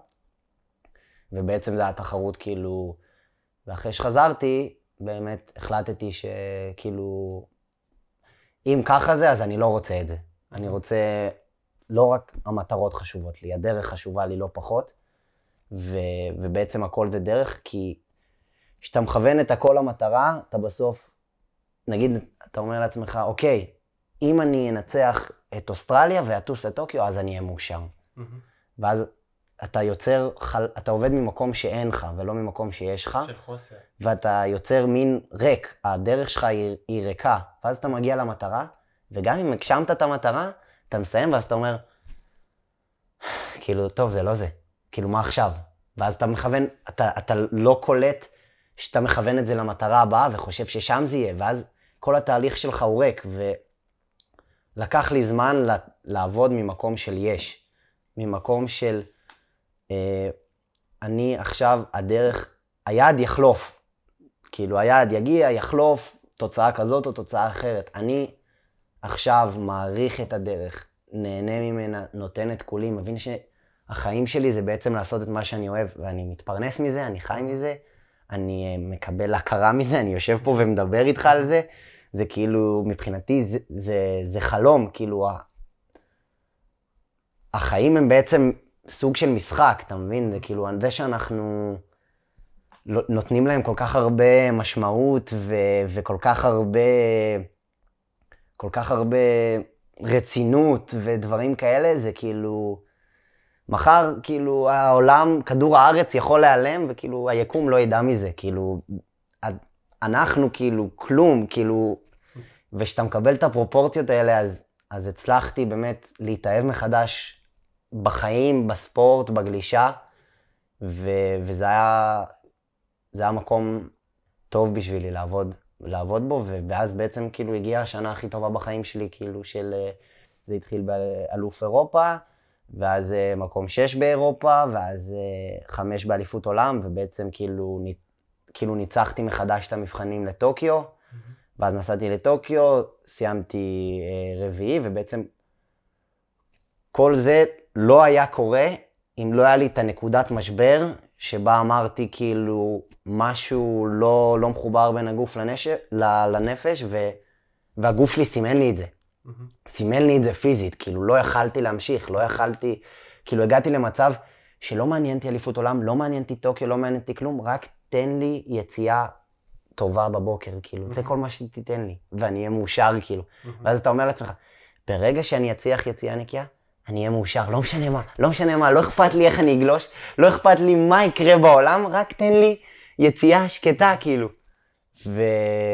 ובעצם זה התחרות כאילו, ואחרי שחזרתי, באמת החלטתי שכאילו, אם ככה זה, אז אני לא רוצה את זה. אני רוצה, לא רק המטרות חשובות לי, הדרך חשובה לי לא פחות, ו, ובעצם הכל זה דרך, כי כשאתה מכוון את הכל למטרה, אתה בסוף, נגיד, אתה אומר לעצמך, אוקיי, אם אני אנצח את אוסטרליה ואטוס לטוקיו, אז אני אהיה מאושר. Mm-hmm. ואז אתה יוצר, אתה עובד ממקום שאין לך, ולא ממקום שיש לך. של חוסר. ואתה יוצר מין ריק, הדרך שלך היא, היא ריקה. ואז אתה מגיע למטרה, וגם אם הגשמת את המטרה, אתה מסיים, ואז אתה אומר, כאילו, טוב, זה לא זה. כאילו, מה עכשיו? ואז אתה מכוון, אתה, אתה לא קולט, שאתה מכוון את זה למטרה הבאה וחושב ששם זה יהיה, ואז כל התהליך שלך הוא ריק, ולקח לי זמן לעבוד ממקום של יש, ממקום של אה, אני עכשיו הדרך, היעד יחלוף, כאילו היעד יגיע, יחלוף, תוצאה כזאת או תוצאה אחרת. אני עכשיו מעריך את הדרך, נהנה ממנה, נותן את כולי, מבין שהחיים שלי זה בעצם לעשות את מה שאני אוהב, ואני מתפרנס מזה, אני חי מזה, אני מקבל הכרה מזה, אני יושב פה ומדבר איתך על זה, זה כאילו, מבחינתי, זה, זה, זה חלום, כאילו, החיים הם בעצם סוג של משחק, אתה מבין? זה כאילו, זה שאנחנו נותנים להם כל כך הרבה משמעות, ו, וכל כך הרבה, כל כך הרבה רצינות ודברים כאלה, זה כאילו, מחר, כאילו, העולם, כדור הארץ יכול להיעלם, וכאילו, היקום לא ידע מזה, כאילו, אנחנו, כאילו, כלום, כאילו, ושאתה מקבל את הפרופורציות האלה, אז, אז הצלחתי באמת להתאהב מחדש בחיים, בספורט, בגלישה, ו, וזה היה, זה היה מקום טוב בשבילי לעבוד, לעבוד בו, ואז בעצם, כאילו, הגיעה השנה הכי טובה בחיים שלי, כאילו, של, זה התחיל באלוף אירופה, ואז מקום שש באירופה, ואז חמש באליפות עולם, ובעצם כאילו, כאילו ניצחתי מחדש את המבחנים לטוקיו, mm-hmm. ואז נסעתי לטוקיו, סיימתי רביעי, ובעצם כל זה לא היה קורה אם לא היה לי את הנקודת משבר, שבה אמרתי כאילו משהו לא, לא מחובר בין הגוף לנש... לנפש, ו... והגוף שלי סימן לי את זה. Mm-hmm. סימן לי את זה פיזית, כאילו לא יכלתי להמשיך, לא יכלתי, כאילו הגעתי למצב שלא מעניינתי אליפות עולם, לא מעניינתי טוקיו, לא מעניינתי כלום, רק תן לי יציאה טובה בבוקר, כאילו, זה כל מה שתיתן לי, ואני אהיה מאושר, כאילו. ואז אתה אומר לעצמך, ברגע שאני אצליח יציאה נקייה, אני אהיה מאושר, לא משנה מה, לא משנה מה, לא אכפת לי איך אני אגלוש, לא אכפת לי מה יקרה בעולם, רק תן לי יציאה שקטה, כאילו. ו...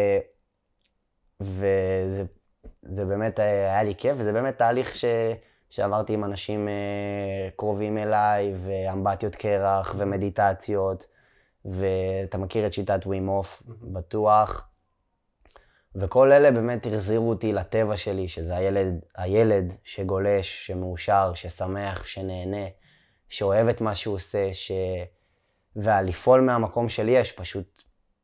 וזה זה באמת היה לי כיף, וזה באמת תהליך ש... שעברתי עם אנשים קרובים אליי, ואמבטיות קרח, ומדיטציות, ואתה מכיר את שיטת ווים הוף, בטוח. וכל אלה באמת החזירו אותי לטבע שלי, שזה הילד, הילד שגולש, שמאושר, ששמח, שנהנה, שאוהב את מה שהוא עושה, ש... והלפעול מהמקום שלי יש פשוט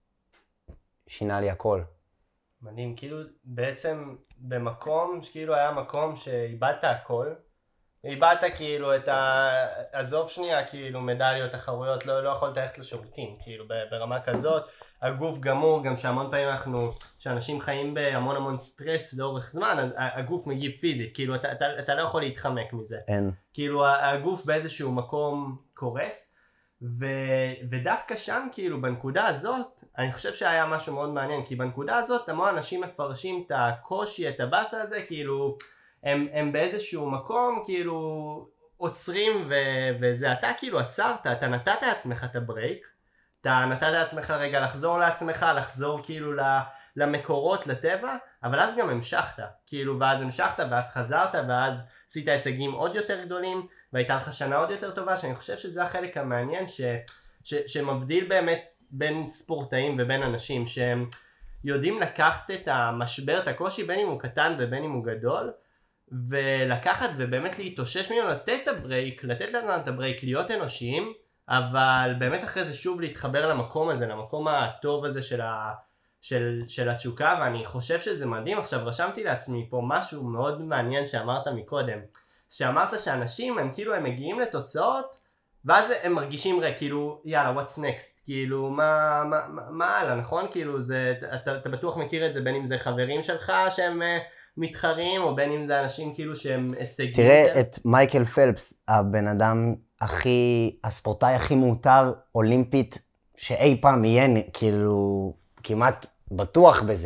שינה לי הכל. מדהים, כאילו בעצם במקום, שכאילו היה מקום שאיבדת הכל, איבדת כאילו את ה... עזוב שנייה, כאילו מדליות, תחרויות, לא, לא יכולת ללכת לשירותים, כאילו ברמה כזאת, הגוף גמור, גם שהמון פעמים אנחנו, שאנשים חיים בהמון המון סטרס לאורך זמן, הגוף מגיב פיזית, כאילו אתה, אתה, אתה לא יכול להתחמק מזה. אין. כאילו הגוף באיזשהו מקום קורס, ו, ודווקא שם כאילו בנקודה הזאת, אני חושב שהיה משהו מאוד מעניין, כי בנקודה הזאת המון אנשים מפרשים את הקושי, את הבאסה הזה, כאילו הם, הם באיזשהו מקום כאילו עוצרים, ו, וזה אתה כאילו עצרת, אתה נתת לעצמך את הברייק, אתה נתת לעצמך רגע לחזור לעצמך, לחזור כאילו למקורות, לטבע, אבל אז גם המשכת, כאילו, ואז המשכת, ואז חזרת, ואז עשית הישגים עוד יותר גדולים, והייתה לך שנה עוד יותר טובה, שאני חושב שזה החלק המעניין, ש, ש, שמבדיל באמת בין ספורטאים ובין אנשים, שהם יודעים לקחת את המשבר, את הקושי, בין אם הוא קטן ובין אם הוא גדול, ולקחת ובאמת להתאושש ממנו, לתת את הברייק, לתת לנו את הברייק, להיות אנושיים, אבל באמת אחרי זה שוב להתחבר למקום הזה, למקום הטוב הזה של, ה, של, של התשוקה, ואני חושב שזה מדהים. עכשיו רשמתי לעצמי פה משהו מאוד מעניין שאמרת מקודם, שאמרת שאנשים הם כאילו הם מגיעים לתוצאות, ואז הם מרגישים רי, כאילו יאללה what's next, כאילו מה, מה, מה הלאה, נכון? כאילו זה, אתה, אתה בטוח מכיר את זה, בין אם זה חברים שלך שהם מתחרים, או בין אם זה אנשים כאילו שהם הישגים. תראה יותר. את מייקל פלפס, הבן אדם הכי, הספורטאי הכי מאותר אולימפית שאי פעם יהיה, כאילו, כמעט בטוח בזה.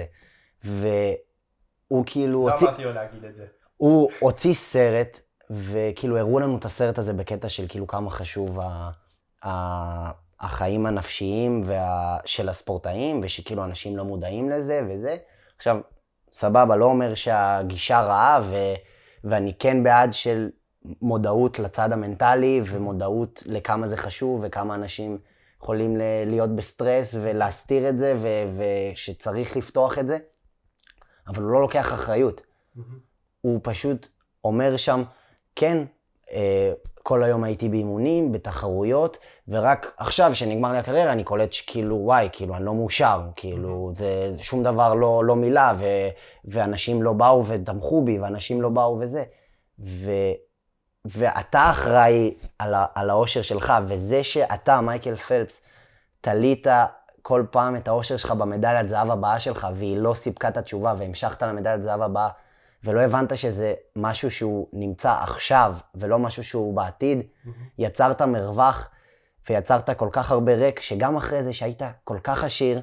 והוא כאילו... לא הוציא, אמרתי לו להגיד את זה. הוא הוציא סרט, וכאילו הראו לנו את הסרט הזה בקטע של כאילו כמה חשוב ה, ה, החיים הנפשיים וה, של הספורטאים, ושכאילו אנשים לא מודעים לזה וזה. עכשיו, סבבה, לא אומר שהגישה רעה, ו, ואני כן בעד של מודעות לצד המנטלי, ומודעות לכמה זה חשוב, וכמה אנשים יכולים להיות בסטרס, ולהסתיר את זה, ו, ושצריך לפתוח את זה. אבל הוא לא לוקח אחריות. Mm-hmm. הוא פשוט אומר שם, כן, כל היום הייתי באימונים, בתחרויות, ורק עכשיו שנגמר לי הקריירה, אני קולט שכאילו, וואי, כאילו, אני לא מאושר, כאילו, זה שום דבר לא, לא מילה, ו, ואנשים לא באו ותמכו בי, ואנשים לא באו וזה. ו, ואתה אחראי על, ה, על האושר שלך, וזה שאתה, מייקל פלפס, תלית כל פעם את האושר שלך במדליית זהב הבאה שלך, והיא לא סיפקה את התשובה, והמשכת למדליית זהב הבאה, ולא הבנת שזה משהו שהוא נמצא עכשיו, ולא משהו שהוא בעתיד, mm-hmm. יצרת מרווח, ויצרת כל כך הרבה ריק, שגם אחרי זה שהיית כל כך עשיר,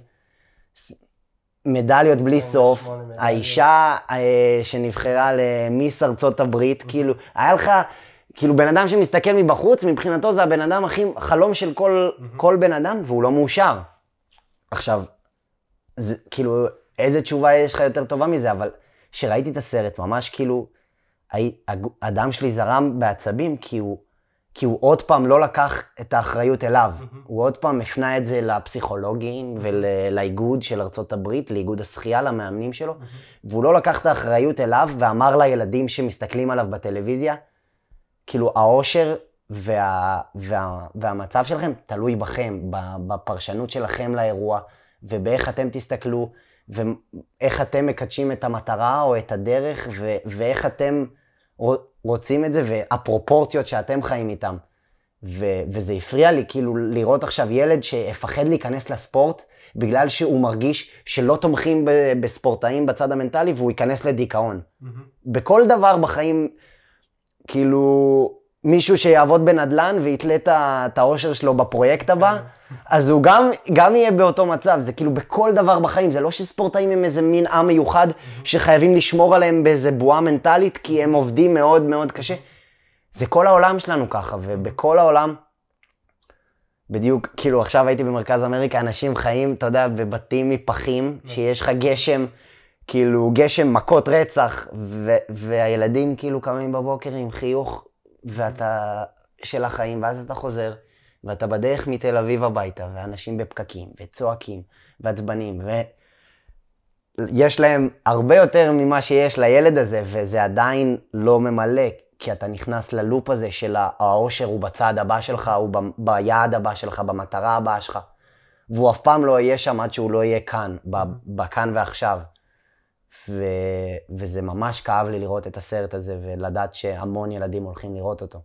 מדליות בלי סוף, מדליות. האישה אה, שנבחרה למיס ארצות הברית, mm-hmm. כאילו, היה לך, כאילו בן אדם שמסתכל מבחוץ, מבחינתו זה הבן אדם הכי חלום של כל, mm-hmm. כל בן אדם, והוא לא מאושר. עכשיו, זה, כאילו, איזה תשובה יש לך יותר טובה מזה, אבל... שראיתי את הסרט, ממש כאילו, הדם שלי זרם בעצבים, כי הוא, כי הוא עוד פעם לא לקח את האחריות אליו. Mm-hmm. הוא עוד פעם הפנה את זה לפסיכולוגים ולאיגוד של ארצות הברית, לאיגוד השחייה, למאמנים שלו, mm-hmm. והוא לא לקח את האחריות אליו, ואמר לילדים שמסתכלים עליו בטלוויזיה, כאילו, האושר וה, וה, והמצב שלכם תלוי בכם, בפרשנות שלכם לאירוע, ובאיך אתם תסתכלו, ואיך אתם מקדשים את המטרה או את הדרך, ו- ואיך אתם רוצים את זה, והפרופורציות שאתם חיים איתם. ו- וזה הפריע לי, כאילו, לראות עכשיו ילד שהפחד להיכנס לספורט, בגלל שהוא מרגיש שלא תומכים ב- בספורטאים בצד המנטלי, והוא ייכנס לדיכאון. Mm-hmm. בכל דבר בחיים, כאילו, מישהו שיעבוד בנדלן ויתלה את האושר שלו בפרויקט הבא, אז הוא גם, גם יהיה באותו מצב. זה כאילו בכל דבר בחיים, זה לא שספורטאים הם איזה מין עם מיוחד שחייבים לשמור עליהם באיזה בועה מנטלית, כי הם עובדים מאוד מאוד קשה. זה כל העולם שלנו ככה, ובכל העולם, בדיוק, כאילו עכשיו הייתי במרכז אמריקה, אנשים חיים, אתה יודע, בבתים מפחים, שיש לך גשם, כאילו גשם מכות רצח, ו- והילדים כאילו קמים בבוקר עם חיוך, ואתה של החיים, ואז אתה חוזר, ואתה בדרך מתל אביב הביתה, ואנשים בפקקים, וצועקים, ועצבנים, ויש להם הרבה יותר ממה שיש לילד הזה, וזה עדיין לא ממלא, כי אתה נכנס ללופ הזה של האושר, הוא בצעד הבא שלך, הוא ב- ביעד הבא שלך, במטרה הבאה שלך, והוא אף פעם לא יהיה שם עד שהוא לא יהיה כאן, ב- בכאן ועכשיו. ו... וזה ממש כאב לי לראות את הסרט הזה, ולדעת שהמון ילדים הולכים לראות אותו.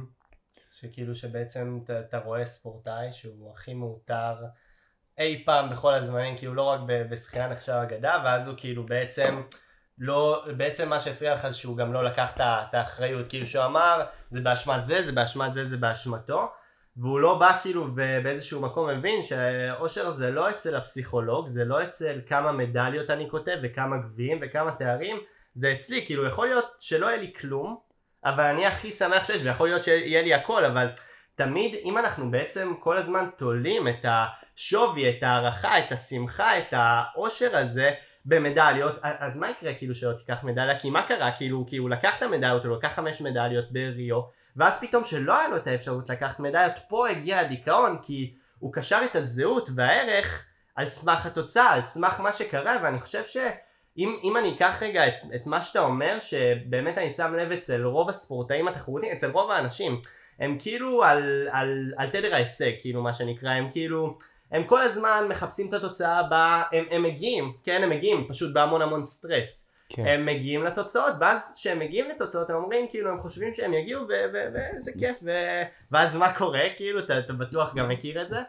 שכאילו שבעצם אתה, אתה רואה ספורטאי שהוא הכי מאותר אי פעם בכל הזמנים, כאילו לא רק בשחייה נחשב אגדה, ואז הוא כאילו בעצם, לא, בעצם מה שהפריע לך זה שהוא גם לא לקח את האחריות, כאילו שהוא אמר, זה באשמת זה, זה באשמת זה, זה באשמתו, והוא לא בא כאילו ובאיזשהו מקום מבין שאושר זה לא אצל הפסיכולוג, זה לא אצל כמה מדליות אני כותב וכמה גביעים וכמה תארים, זה אצלי, כאילו יכול להיות שלא יהיה לי כלום, אבל אני הכי שמח שיש, ויכול להיות שיהיה לי הכל, אבל תמיד אם אנחנו בעצם כל הזמן תולים את השווי, את הערכה, את השמחה, את האושר הזה במדליות, אז מה יקרה כאילו שלא תיקח מדליה? כי מה קרה? כאילו כי הוא לקח את המדליות, הוא לקח חמש מדליות בריו, ואז פתאום שלא היה לו את האפשרות לקחת מדליות, פה הגיע הדיכאון, כי הוא קשר את הזהות והערך על סמך התוצאה, על סמך מה שקרה, ואני חושב שאם אם אני אקח רגע את, את מה שאתה אומר, שבאמת אני שם לב אצל רוב הספורטאים התחרותיים, אצל רוב האנשים, הם כאילו על, על, על תדר ההישג, כאילו מה שנקרא, הם כאילו, הם כל הזמן מחפשים את התוצאה הבאה, הם, הם מגיעים, כן, הם מגיעים, פשוט בהמון המון סטרס. כן. הם מגיעים לתוצאות, ואז כשהם מגיעים לתוצאות הם אומרים כאילו הם חושבים שהם יגיעו וזה כיף, ו- ואז מה קורה, כאילו אתה, אתה בטוח גם מכיר את זה,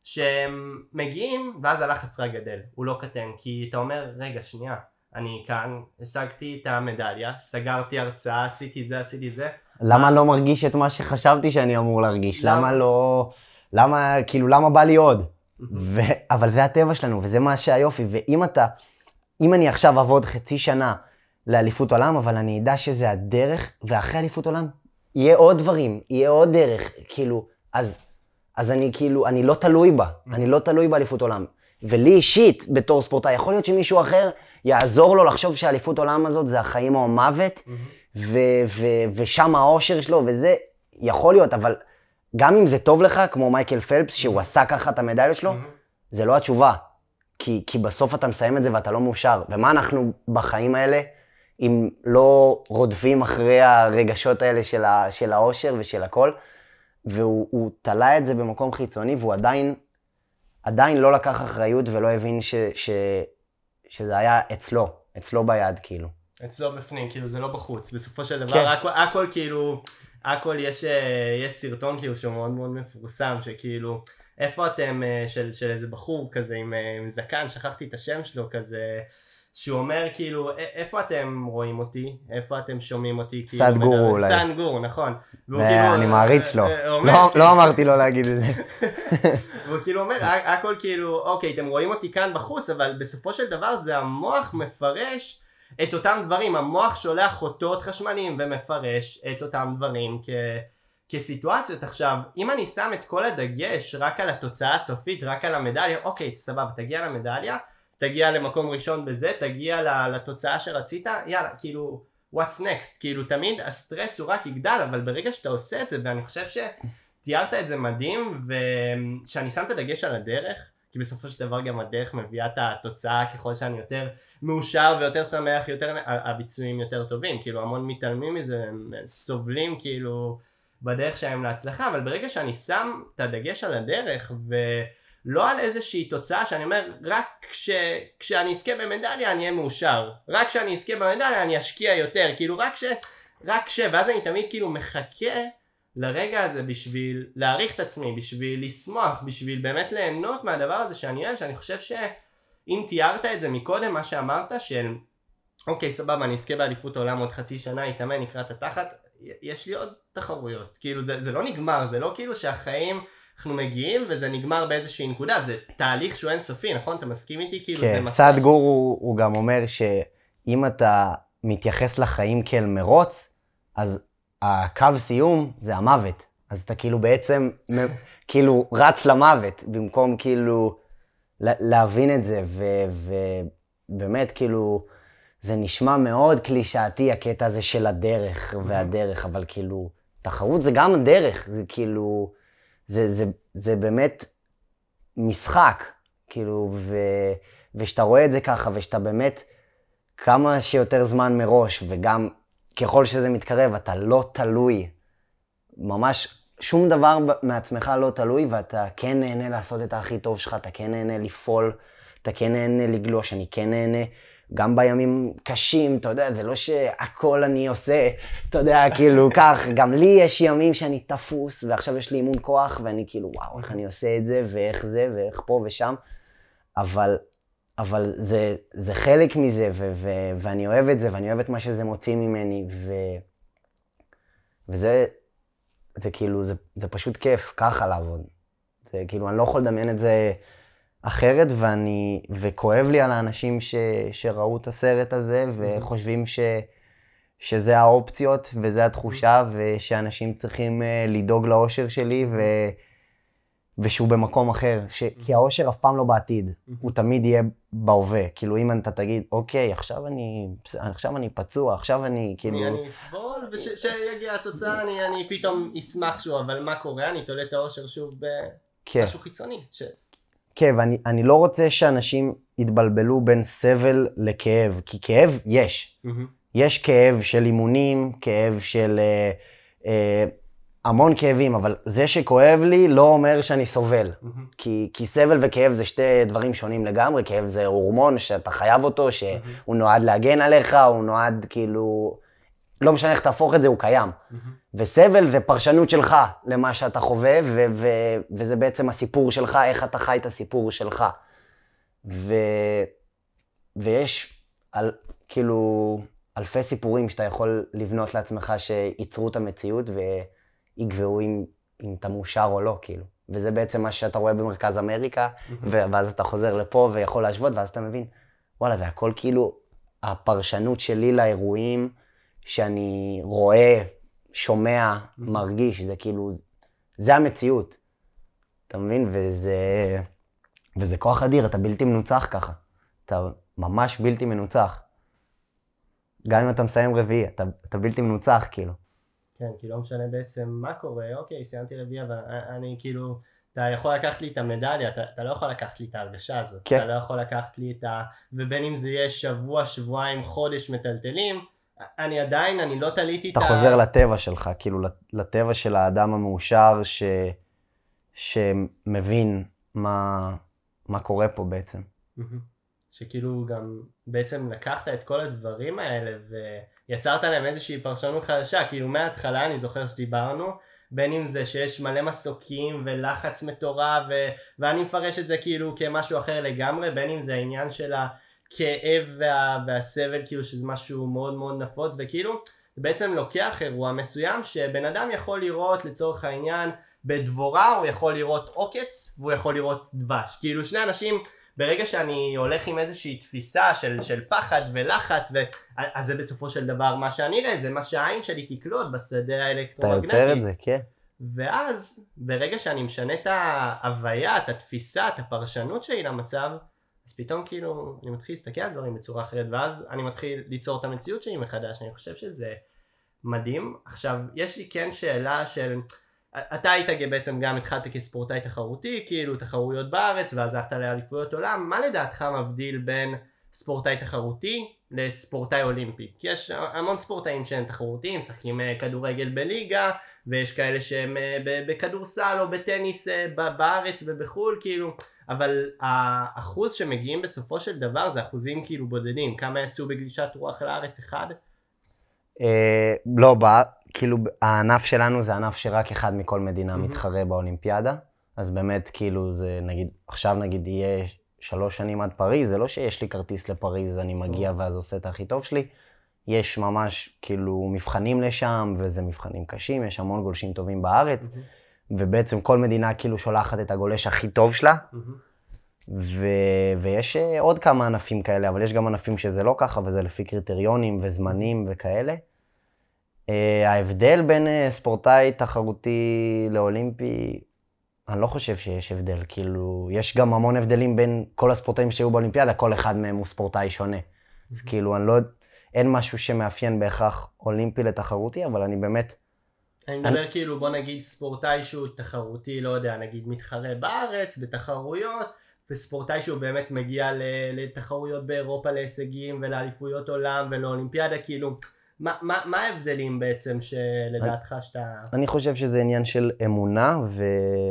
שהם מגיעים ואז הלחץ רק גדל, הוא לא קטן, כי אתה אומר רגע שנייה, אני כאן, השגתי את המדליה, סגרתי הרצאה, עשיתי זה, עשיתי זה. למה לא מרגיש את מה שחשבתי שאני אמור להרגיש? למה לא, למה, כאילו למה בא לי עוד? ו- אבל זה הטבע שלנו וזה מה שהיופי, ואם אתה, אם אני עכשיו אעבוד חצי שנה לאליפות עולם, אבל אני אדע שזה הדרך, ואחרי אליפות עולם יהיה עוד דברים, יהיה עוד דרך, כאילו, אז, אז אני כאילו, אני לא תלוי בה, אני לא תלוי באליפות עולם. ולי אישית, בתור ספורטאי, יכול להיות שמישהו אחר יעזור לו לחשוב שהאליפות עולם הזאת זה החיים או המוות, ו- ו- ושם האושר שלו, וזה יכול להיות, אבל גם אם זה טוב לך, כמו מייקל פלפס, שהוא עשה ככה את המדליות שלו, זה לא התשובה. כי, כי בסוף אתה מסיים את זה ואתה לא מאושר. ומה אנחנו בחיים האלה, אם לא רודפים אחרי הרגשות האלה של, ה, של האושר ושל הכל, והוא תלה את זה במקום חיצוני, והוא עדיין, עדיין לא לקח אחריות ולא הבין ש, ש, שזה היה אצלו, אצלו ביד כאילו. אצלו בפנים, כאילו זה לא בחוץ. בסופו של דבר, כן. הכל, הכל כאילו, הכל יש, יש סרטון כאילו שהוא מאוד מאוד מפורסם, שכאילו, איפה אתם, של, של איזה בחור כזה עם, עם זקן, שכחתי את השם שלו כזה, שהוא אומר כאילו, איפה אתם רואים אותי? איפה אתם שומעים אותי? סד גור אולי. סד גור, נכון. אני מעריץ שלו. לא אמרתי לו להגיד את זה. והוא כאילו אומר, הכל כאילו, אוקיי, אתם רואים אותי כאן בחוץ, אבל בסופו של דבר זה המוח מפרש את אותם דברים. המוח שולח אותות חשמליים ומפרש את אותם דברים כ... כסיטואציות. עכשיו, אם אני שם את כל הדגש רק על התוצאה הסופית, רק על המדליה, אוקיי, סבבה, תגיע למדליה, תגיע למקום ראשון בזה, תגיע לתוצאה שרצית, יאללה, כאילו, what's next? כאילו, תמיד הסטרס הוא רק יגדל, אבל ברגע שאתה עושה את זה, ואני חושב שתיארת את זה מדהים, ושאני שם את הדגש על הדרך, כי בסופו של דבר גם הדרך מביאה את התוצאה, ככל שאני יותר מאושר ויותר שמח, יותר, הביצועים יותר טובים, כאילו, המון מתעלמים מזה, הם סובלים, כאילו, בדרך שלהם להצלחה, אבל ברגע שאני שם את הדגש על הדרך, ולא על איזושהי תוצאה שאני אומר, רק כש, כשאני אזכה במדליה אני אהיה מאושר, רק כשאני אזכה במדליה אני אשקיע יותר, כאילו רק כש, רק כש, ואז אני תמיד כאילו מחכה לרגע הזה בשביל להעריך את עצמי, בשביל לשמוח, בשביל באמת ליהנות מהדבר הזה שאני אוהב, שאני חושב שאם תיארת את זה מקודם, מה שאמרת, של אוקיי, סבבה, אני אזכה באליפות העולם עוד חצי שנה, יתאמן, נקרא את התחת, יש לי עוד תחרויות. כאילו זה, זה לא נגמר, זה לא כאילו שהחיים אנחנו מגיעים וזה נגמר באיזושהי נקודה, זה תהליך שהוא אינסופי, נכון? אתה מסכים איתי? כאילו כן, זה מסע... סדגור הוא, הוא גם אומר שאם אתה מתייחס לחיים כאל מרוץ, אז הקו סיום זה המוות. אז אתה כאילו בעצם, כאילו רץ למוות, במקום כאילו להבין את זה, ובאמת כאילו, זה נשמע מאוד קלישאתי הקטע הזה של הדרך והדרך, אבל כאילו, תחרות זה גם דרך, זה כאילו, זה, זה, זה באמת משחק, כאילו, ו, ושאתה רואה את זה ככה, ושאתה באמת כמה שיותר זמן מראש, וגם ככל שזה מתקרב, אתה לא תלוי, ממש שום דבר מעצמך לא תלוי, ואתה כן נהנה לעשות את הכי טוב שלך, אתה כן נהנה לפעול, אתה כן נהנה לגלוש, אני כן נהנה, גם בימים קשים, אתה יודע, זה לא שהכל אני עושה, אתה יודע, כאילו כך, גם לי יש ימים שאני תפוס, ועכשיו יש לי אימון כוח, ואני כאילו, וואו, איך אני עושה את זה, ואיך זה, ואיך פה ושם, אבל, אבל זה, זה חלק מזה, ו- ו- ואני אוהב את זה, ואני אוהב את מה שזה מוציא ממני, ו- וזה, זה כאילו, זה, זה פשוט כיף, ככה לעבוד. זה כאילו, אני לא יכול לדמיין את זה אחרת, ואני, וכואב לי על האנשים ש, שראו את הסרט הזה, וחושבים ש, שזה האופציות, וזה התחושה, ושאנשים צריכים לדאוג לאושר שלי, ו, ושהוא במקום אחר. ש, כי האושר אף פעם לא בעתיד, הוא תמיד יהיה בהווה. כאילו, אם אתה תגיד, אוקיי, עכשיו אני, עכשיו אני פצוע, עכשיו אני, כאילו... אני אסבול, ושיגיע התוצאה, אני, אני פתאום אשמח שוב, אבל מה קורה? אני תולה את האושר שוב במשהו חיצוני. ש... כן, ואני אני לא רוצה שאנשים יתבלבלו בין סבל לכאב, כי כאב יש. Mm-hmm. יש כאב של אימונים, כאב של אה, אה, המון כאבים, אבל זה שכואב לי לא אומר שאני סובל. Mm-hmm. כי, כי סבל וכאב זה שתי דברים שונים לגמרי, כאב זה הורמון שאתה חייב אותו, שהוא mm-hmm. נועד להגן עליך, הוא נועד כאילו... לא משנה איך תהפוך את זה, הוא קיים. Mm-hmm. וסבל זה פרשנות שלך למה שאתה חווה, ו- ו- וזה בעצם הסיפור שלך, איך אתה חי את הסיפור שלך. ו- ויש על, כאילו אלפי סיפורים שאתה יכול לבנות לעצמך שייצרו את המציאות ויגבעו אם, אם אתה מאושר או לא, כאילו. וזה בעצם מה שאתה רואה במרכז אמריקה, mm-hmm. ואז אתה חוזר לפה ויכול להשוות, ואז אתה מבין, וואלה, זה הכל כאילו הפרשנות שלי לאירועים, שאני רואה, שומע, מרגיש, זה כאילו, זה המציאות. אתה מבין? וזה, וזה כוח אדיר, אתה בלתי מנוצח ככה. אתה ממש בלתי מנוצח. גם אם אתה מסיים רביעי, אתה, אתה בלתי מנוצח, כאילו. כן, כי לא משנה בעצם מה קורה, אוקיי, סיימתי רביעי, אבל אני כאילו, אתה יכול לקחת לי את המדליה, אתה, אתה לא יכול לקחת לי את ההרגשה הזאת. כן. אתה לא יכול לקחת לי את ה... ובין אם זה יהיה שבוע, שבועיים, חודש מטלטלים, אני עדיין, אני לא תליתי את ה... אתה חוזר לטבע שלך, כאילו לטבע של האדם המאושר ש... שמבין מה, מה קורה פה בעצם. שכאילו גם בעצם לקחת את כל הדברים האלה ויצרת להם איזושהי פרשנות חדשה, כאילו מההתחלה אני זוכר שדיברנו, בין אם זה שיש מלא מסוקים ולחץ מטורף ו... ואני מפרש את זה כאילו כמשהו אחר לגמרי, בין אם זה העניין של ה... כאב וה, והסבל, כאילו שזה משהו מאוד מאוד נפוץ, וכאילו זה בעצם לוקח אירוע מסוים שבן אדם יכול לראות לצורך העניין בדבורה, הוא יכול לראות עוקץ והוא יכול לראות דבש. כאילו שני אנשים, ברגע שאני הולך עם איזושהי תפיסה של, של פחד ולחץ, ו... אז זה בסופו של דבר מה שאני אראה, זה מה שהעין שלי תקלוט בשדה האלקטרומגנטי. אתה יוצר את זה, כן. ואז ברגע שאני משנה את ההוויה, את התפיסה, את הפרשנות שלי למצב, אז פתאום כאילו אני מתחיל להסתכל על דברים בצורה אחרת, ואז אני מתחיל ליצור את המציאות שלי מחדש. אני חושב שזה מדהים. עכשיו, יש לי כן שאלה של, אתה היית בעצם גם התחלת כספורטאי תחרותי, כאילו תחרויות בארץ, ואז הלכת לאליפויות עולם. מה לדעתך מבדיל בין ספורטאי תחרותי לספורטאי אולימפי? כי יש המון ספורטאים שהם תחרותיים, משחקים כדורגל בליגה, ויש כאלה שהם בכדורסל או בטניס בארץ ובחול, כאילו, אבל האחוז שמגיעים בסופו של דבר זה אחוזים כאילו בודדים. כמה יצאו בגלישת רוח לארץ? אחד? לא, כאילו הענף שלנו זה ענף שרק אחד מכל מדינה מתחרה באולימפיאדה, אז באמת כאילו זה נגיד, עכשיו נגיד יהיה שלוש שנים עד פריז, זה לא שיש לי כרטיס לפריז, אני מגיע ואז עושה את הכי טוב שלי, יש ממש כאילו מבחנים לשם, וזה מבחנים קשים, יש המון גולשים טובים בארץ, mm-hmm. ובעצם כל מדינה כאילו שולחת את הגולש הכי טוב שלה, mm-hmm. ו... ויש עוד כמה ענפים כאלה, אבל יש גם ענפים שזה לא ככה, וזה לפי קריטריונים וזמנים וכאלה. ההבדל בין ספורטאי תחרותי לאולימפי, אני לא חושב שיש הבדל, כאילו, יש גם המון הבדלים בין כל הספורטאים שהיו באולימפיאדה, כל אחד מהם הוא ספורטאי שונה. Mm-hmm. אז כאילו, אני לא, אין משהו שמאפיין בהכרח אולימפי לתחרותי, אבל אני באמת... אני מדבר אני... כאילו, בוא נגיד ספורטאי שהוא תחרותי, לא יודע, נגיד מתחרה בארץ, בתחרויות, וספורטאי שהוא באמת מגיע לתחרויות באירופה להישגים ולאליפויות עולם ולאולימפיאדה, כאילו, מה, מה, מה ההבדלים בעצם שלדעתך שאתה... אני חושב שזה עניין של אמונה ו...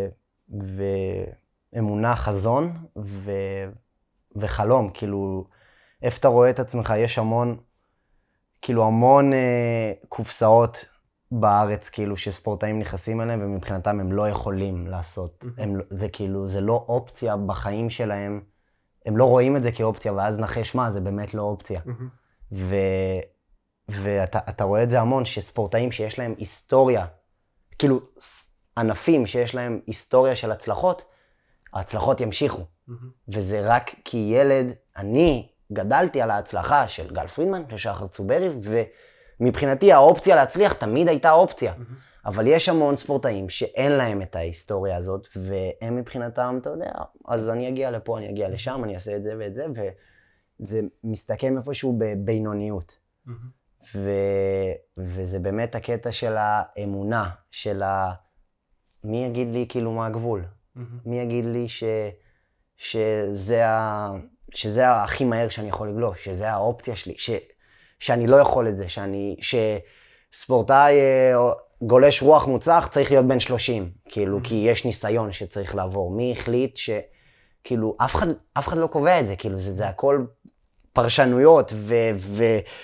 ואמונה, חזון ו... וחלום, כאילו, איפה אתה רואה את עצמך, יש המון, כאילו המון אה, קופסאות בארץ, כאילו, שספורטאים נכנסים אליהם, ומבחינתם הם לא יכולים לעשות, mm-hmm. הם, זה כאילו, זה לא אופציה בחיים שלהם, הם לא רואים את זה כאופציה, ואז נחש מה, זה באמת לא אופציה. Mm-hmm. ו... ואתה אתה רואה את זה המון, שספורטאים שיש להם היסטוריה, כאילו ענפים שיש להם היסטוריה של הצלחות, ההצלחות ימשיכו. Mm-hmm. וזה רק כי ילד, אני גדלתי על ההצלחה של גל פרידמן, של שחר צוברי, ומבחינתי האופציה להצליח תמיד הייתה אופציה. Mm-hmm. אבל יש המון ספורטאים שאין להם את ההיסטוריה הזאת, והם מבחינתם, אתה יודע, אז אני אגיע לפה, אני אגיע לשם, אני אעשה את זה ואת זה, וזה מסתכם איפשהו בבינוניות. Mm-hmm. ו... וזה באמת הקטע של האמונה, של ה... מי יגיד לי כאילו מה הגבול? Mm-hmm. מי יגיד לי ש... שזה, ה... שזה הכי מהר שאני יכול לגלוש, שזה האופציה שלי, ש... שאני לא יכול את זה, שאני... שספורטאי גולש רוח מוצלח צריך להיות בן שלושים, כאילו, mm-hmm. כי יש ניסיון שצריך לעבור. מי החליט ש... כאילו, אף אחד, אף אחד לא קובע את זה, כאילו, זה, זה הכל פרשנויות ו... ו...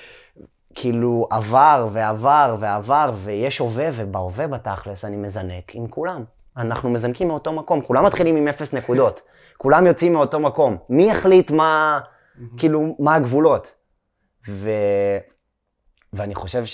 כאילו עבר ועבר ועבר, ויש הווה, ובהווה בתכלס אני מזנק עם כולם. אנחנו מזנקים מאותו מקום, כולם מתחילים עם אפס נקודות. כולם יוצאים מאותו מקום. מי יחליט מה, כאילו, מה הגבולות? ו... ואני חושב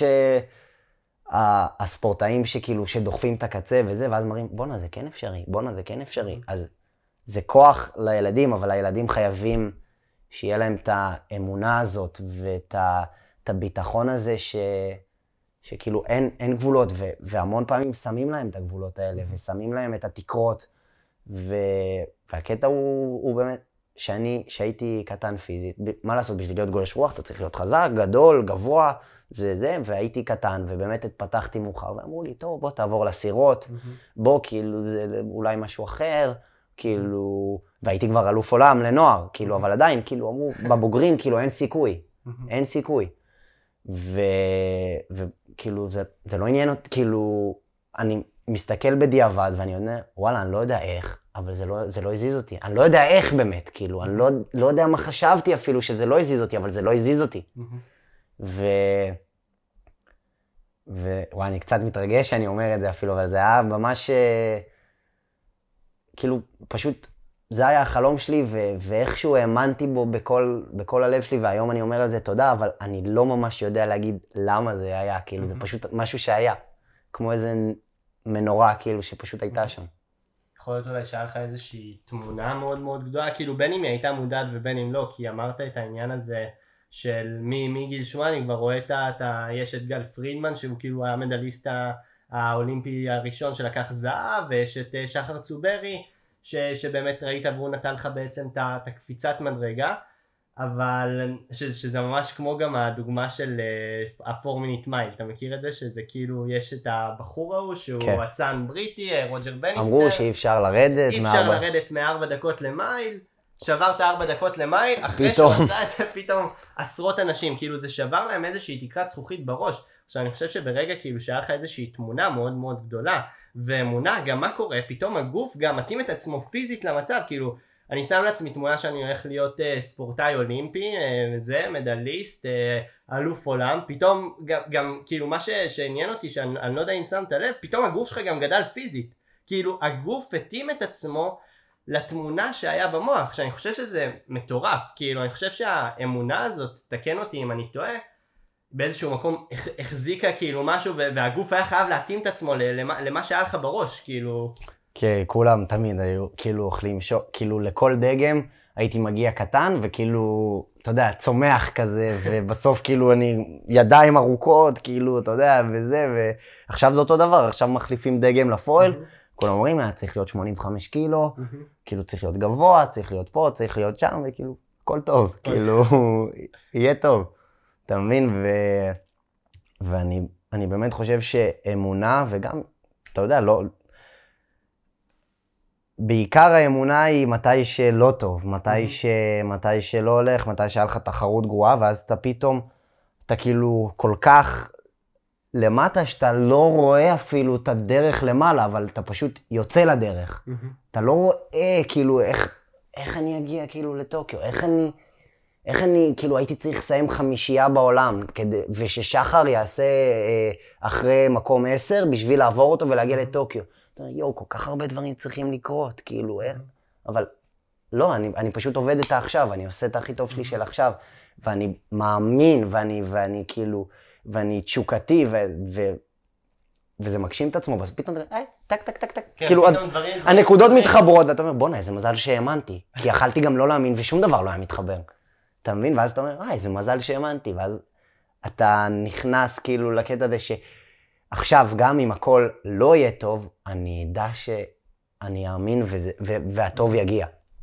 שהספורטאים שכאילו, שדוחפים את הקצה וזה, ואז מראים, בונה, זה כן אפשרי, בונה, זה כן אפשרי. אז זה כוח לילדים, אבל הילדים חייבים שיהיה להם את האמונה הזאת ואת ה... את הביטחון הזה ש... שכאילו אין, אין גבולות, ו... והמון פעמים שמים להם את הגבולות האלה, ושמים להם את התקרות, ו... והקטע הוא, הוא באמת, שאני, שהייתי קטן פיזית, מה לעשות, בשביל להיות גולש רוח, אתה צריך להיות חזק, גדול, גבוה, זה זה, והייתי קטן, ובאמת התפתחתי מאוחר, ואמרו לי, טוב, בוא תעבור לסירות, mm-hmm. בוא, כאילו, זה אולי משהו אחר, כאילו, והייתי כבר אלוף עולם לנוער, כאילו, mm-hmm. אבל עדיין, כאילו, אמרו, בבוגרים, כאילו, אין סיכוי, mm-hmm. אין סיכוי. ו... וכאילו, זה, זה לא עניין אותי, כאילו, אני מסתכל בדיעבד, ואני אומר, וואלה, אני לא יודע איך, אבל זה לא, זה לא הזיז אותי. אני לא יודע איך באמת, כאילו, אני לא, לא יודע מה חשבתי אפילו שזה לא הזיז אותי, אבל זה לא הזיז אותי. ו... ו... וואי, אני קצת מתרגש שאני אומר את זה אפילו, אבל זה היה ממש, כאילו, פשוט, זה היה החלום שלי, ו- ואיכשהו האמנתי בו בכל, בכל הלב שלי, והיום אני אומר על זה תודה, אבל אני לא ממש יודע להגיד למה זה היה, כאילו, זה פשוט משהו שהיה, כמו איזה מנורה, כאילו, שפשוט הייתה שם. יכול להיות אולי שהיה לך איזושהי תמונה מאוד מאוד גדולה, כאילו, בין אם היא הייתה מודעת ובין אם לא, כי אמרת את העניין הזה של מגיל שמונה, אני כבר רואה את ה... יש את גל פרידמן, שהוא כאילו היה מדליסט האולימפי הראשון שלקח זהב, ויש את שחר צוברי, ש, שבאמת ראית והוא נתן לך בעצם את הקפיצת מדרגה, אבל ש, שזה ממש כמו גם הדוגמה של ה-four minute mile, אתה מכיר את זה? שזה כאילו יש את הבחור ההוא שהוא כן. אצן בריטי, רוג'ר בניסטר. אמרו שאי אפשר לרדת. אי אפשר מארבע... לרדת מארבע דקות למייל, שברת ארבע דקות למייל, אחרי שהוא עשה את זה פתאום עשרות אנשים, כאילו זה שבר להם איזושהי תקרת זכוכית בראש. עכשיו אני חושב שברגע כאילו שהיה לך איזושהי תמונה מאוד מאוד גדולה, ואמונה, גם מה קורה, פתאום הגוף גם מתאים את עצמו פיזית למצב, כאילו, אני שם לעצמי תמונה שאני הולך להיות uh, ספורטאי אולימפי, uh, זה, מדליסט, uh, אלוף עולם, פתאום גם, גם כאילו מה ש, שעניין אותי, שאני אני לא יודע אם שמת לב, פתאום הגוף שלך גם גדל פיזית, כאילו הגוף התאים את עצמו לתמונה שהיה במוח, שאני חושב שזה מטורף, כאילו אני חושב שהאמונה הזאת, תקן אותי אם אני טועה, באיזשהו מקום החזיקה כאילו משהו, והגוף היה חייב להתאים את עצמו למה, למה שהיה לך בראש, כאילו... כן, כולם תמיד היו כאילו אוכלים שוק, כאילו לכל דגם הייתי מגיע קטן, וכאילו, אתה יודע, צומח כזה, ובסוף כאילו אני ידיים ארוכות, כאילו, אתה יודע, וזה, ועכשיו זה אותו דבר, עכשיו מחליפים דגם לפועל, כולם אומרים, היה צריך להיות שמונים וחמישה קילו, כאילו צריך להיות גבוה, צריך להיות פה, צריך להיות שם, וכאילו, הכל טוב, כאילו, יהיה טוב. אתה מבין? ו... ואני אני באמת חושב שאמונה, וגם, אתה יודע, לא... בעיקר האמונה היא מתי שלא טוב, מתי, ש... מתי שלא הולך, מתי שהיה לך תחרות גרועה, ואז אתה פתאום, אתה כאילו כל כך למטה, שאתה לא רואה אפילו את הדרך למעלה, אבל אתה פשוט יוצא לדרך. אתה לא רואה כאילו איך, איך אני אגיע כאילו לטוקיו, איך אני... איך אני, כאילו, הייתי צריך לסיים חמישייה בעולם, כדי, וששחר יעשה אה, אחרי מקום עשר, בשביל לעבור אותו ולהגיע לטוקיו. אתה אומר, יואו, כל כך הרבה דברים צריכים לקרות, כאילו, אה? אבל לא, אני, אני פשוט עובד את העכשיו, אני עושה את הכי טוב שלי של עכשיו, ואני מאמין, ואני, ואני כאילו, ואני תשוקתי, ו, ו, וזה מגשים את עצמו, ואז פתאום, אה, טק, טק, טק, טק. כן, כאילו, פתאום דברים... הנקודות מתחברות, ואתה אומר, בוא'נה, איזה מזל שהאמנתי, כי יכלתי גם לא להאמין, ושום דבר לא היה מתחבר. אתה מבין? ואז אתה אומר, אה, איזה מזל שהאמנתי, ואז אתה נכנס כאילו לקטע הזה שעכשיו, גם אם הכל לא יהיה טוב, אני אדע שאני אאמין וזה, ו- והטוב יגיע.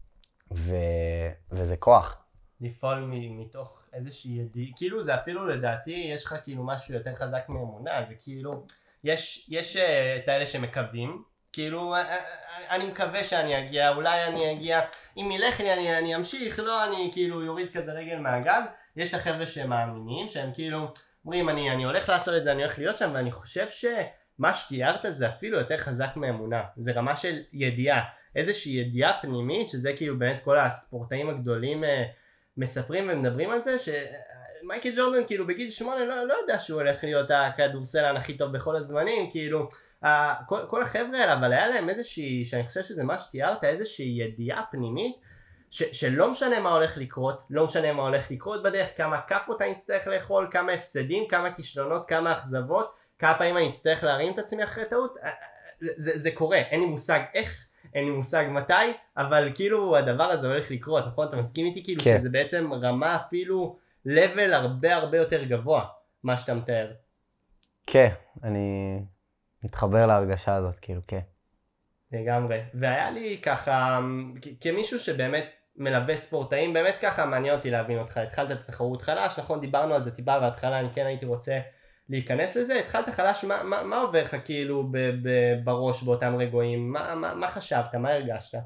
ו- וזה כוח. לפעול מ- מתוך איזושהי ידיעה, כאילו זה אפילו לדעתי, יש לך כאילו משהו יותר חזק מאמונה, זה כאילו, יש, יש את האלה שמקווים, כאילו, אני מקווה שאני אגיע, אולי אני אגיע, אם ילך לי אני, אני אמשיך, לא אני כאילו יוריד כזה רגל מהגז. יש את החבר'ה שמאמינים, שהם כאילו אומרים, אני, אני הולך לעשות את זה, אני הולך להיות שם, ואני חושב שמה שתיארת זה אפילו יותר חזק מאמונה. זה רמה של ידיעה, איזושהי ידיעה פנימית, שזה כאילו באמת כל הספורטאים הגדולים מספרים ומדברים על זה, שמייקל ג'ורדן כאילו בגיל שמונה לא, לא יודע שהוא הולך להיות הכדורסלן הכי טוב בכל הזמנים, כאילו, Uh, כל, כל החבר'ה האלה, אבל היה להם איזושהי, שאני חושב שזה מה שתיארת, איזושהי ידיעה פנימית, ש, שלא משנה מה הולך לקרות, לא משנה מה הולך לקרות בדרך, כמה כפות אני אצטרך לאכול, כמה הפסדים, כמה כישלונות, כמה אכזבות, כמה פעמים אני אצטרך להרים את עצמי אחרי טעות, uh, זה, זה, זה קורה, אין לי מושג איך, אין לי מושג מתי, אבל כאילו הדבר הזה הולך לקרות, נכון? אתה מסכים איתי כאילו כן. שזה בעצם רמה אפילו level הרבה הרבה יותר גבוה, מה שאתה מתאר. כן, אני... מתחבר להרגשה הזאת, כאילו, כן. לגמרי. והיה לי ככה, כמישהו שבאמת מלווה ספורטאים, באמת ככה מעניין אותי להבין אותך. התחלת את התחרות חלש, נכון? דיברנו על זה טיפה בהתחלה, אני כן הייתי רוצה להיכנס לזה. התחלת חלש, מה, מה, מה עובר לך כאילו ב, ב, בראש באותם רגעים? מה, מה, מה חשבת? מה הרגשת?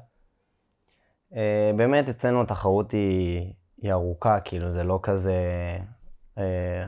Uh, באמת, אצלנו התחרות היא, היא ארוכה, כאילו, זה לא כזה... Uh,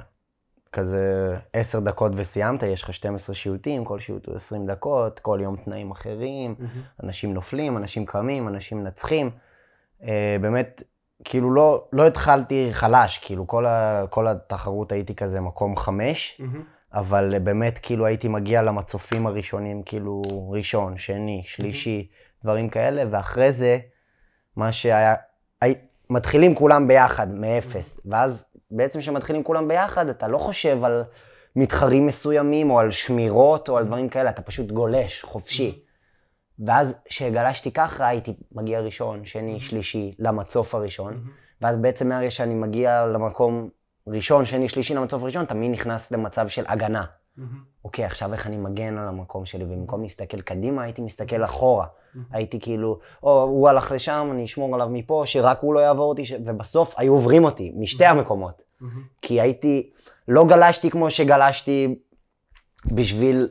כזה עשר דקות וסיימת, יש לך שתים עשרה שיעוטים, כל שיעוט הוא עשרים דקות, כל יום תנאים אחרים, mm-hmm. אנשים נופלים, אנשים קמים, אנשים נצחים. Uh, באמת, כאילו לא, לא התחלתי חלש, כאילו כל, ה, כל התחרות הייתי כזה מקום חמש, mm-hmm. אבל באמת כאילו הייתי מגיע למצופים הראשונים, כאילו ראשון, שני, שלישי, mm-hmm. דברים כאלה, ואחרי זה, מה שהיה, הי, מתחילים כולם ביחד, מאפס, mm-hmm. ואז בעצם כשמתחילים כולם ביחד, אתה לא חושב על מתחרים מסוימים, או על שמירות, או על דברים כאלה, אתה פשוט גולש, חופשי. ואז כשגלשתי ככה, הייתי מגיע ראשון, שני, שלישי, למצוף הראשון, ואז בעצם מהרגע שאני מגיע למקום ראשון, שני, שלישי, למצוף הראשון, תמיד נכנס למצב של הגנה. אוקיי, עכשיו איך אני מגן על המקום שלי, ובמקום להסתכל קדימה, הייתי מסתכל אחורה. הייתי כאילו, או הוא הלך לשם, אני אשמור עליו מפה, שרק הוא לא יעבור אותי, ובסוף היו עוברים אותי, משתי המקומות. כי הייתי, לא גלשתי כמו שגלשתי בשביל,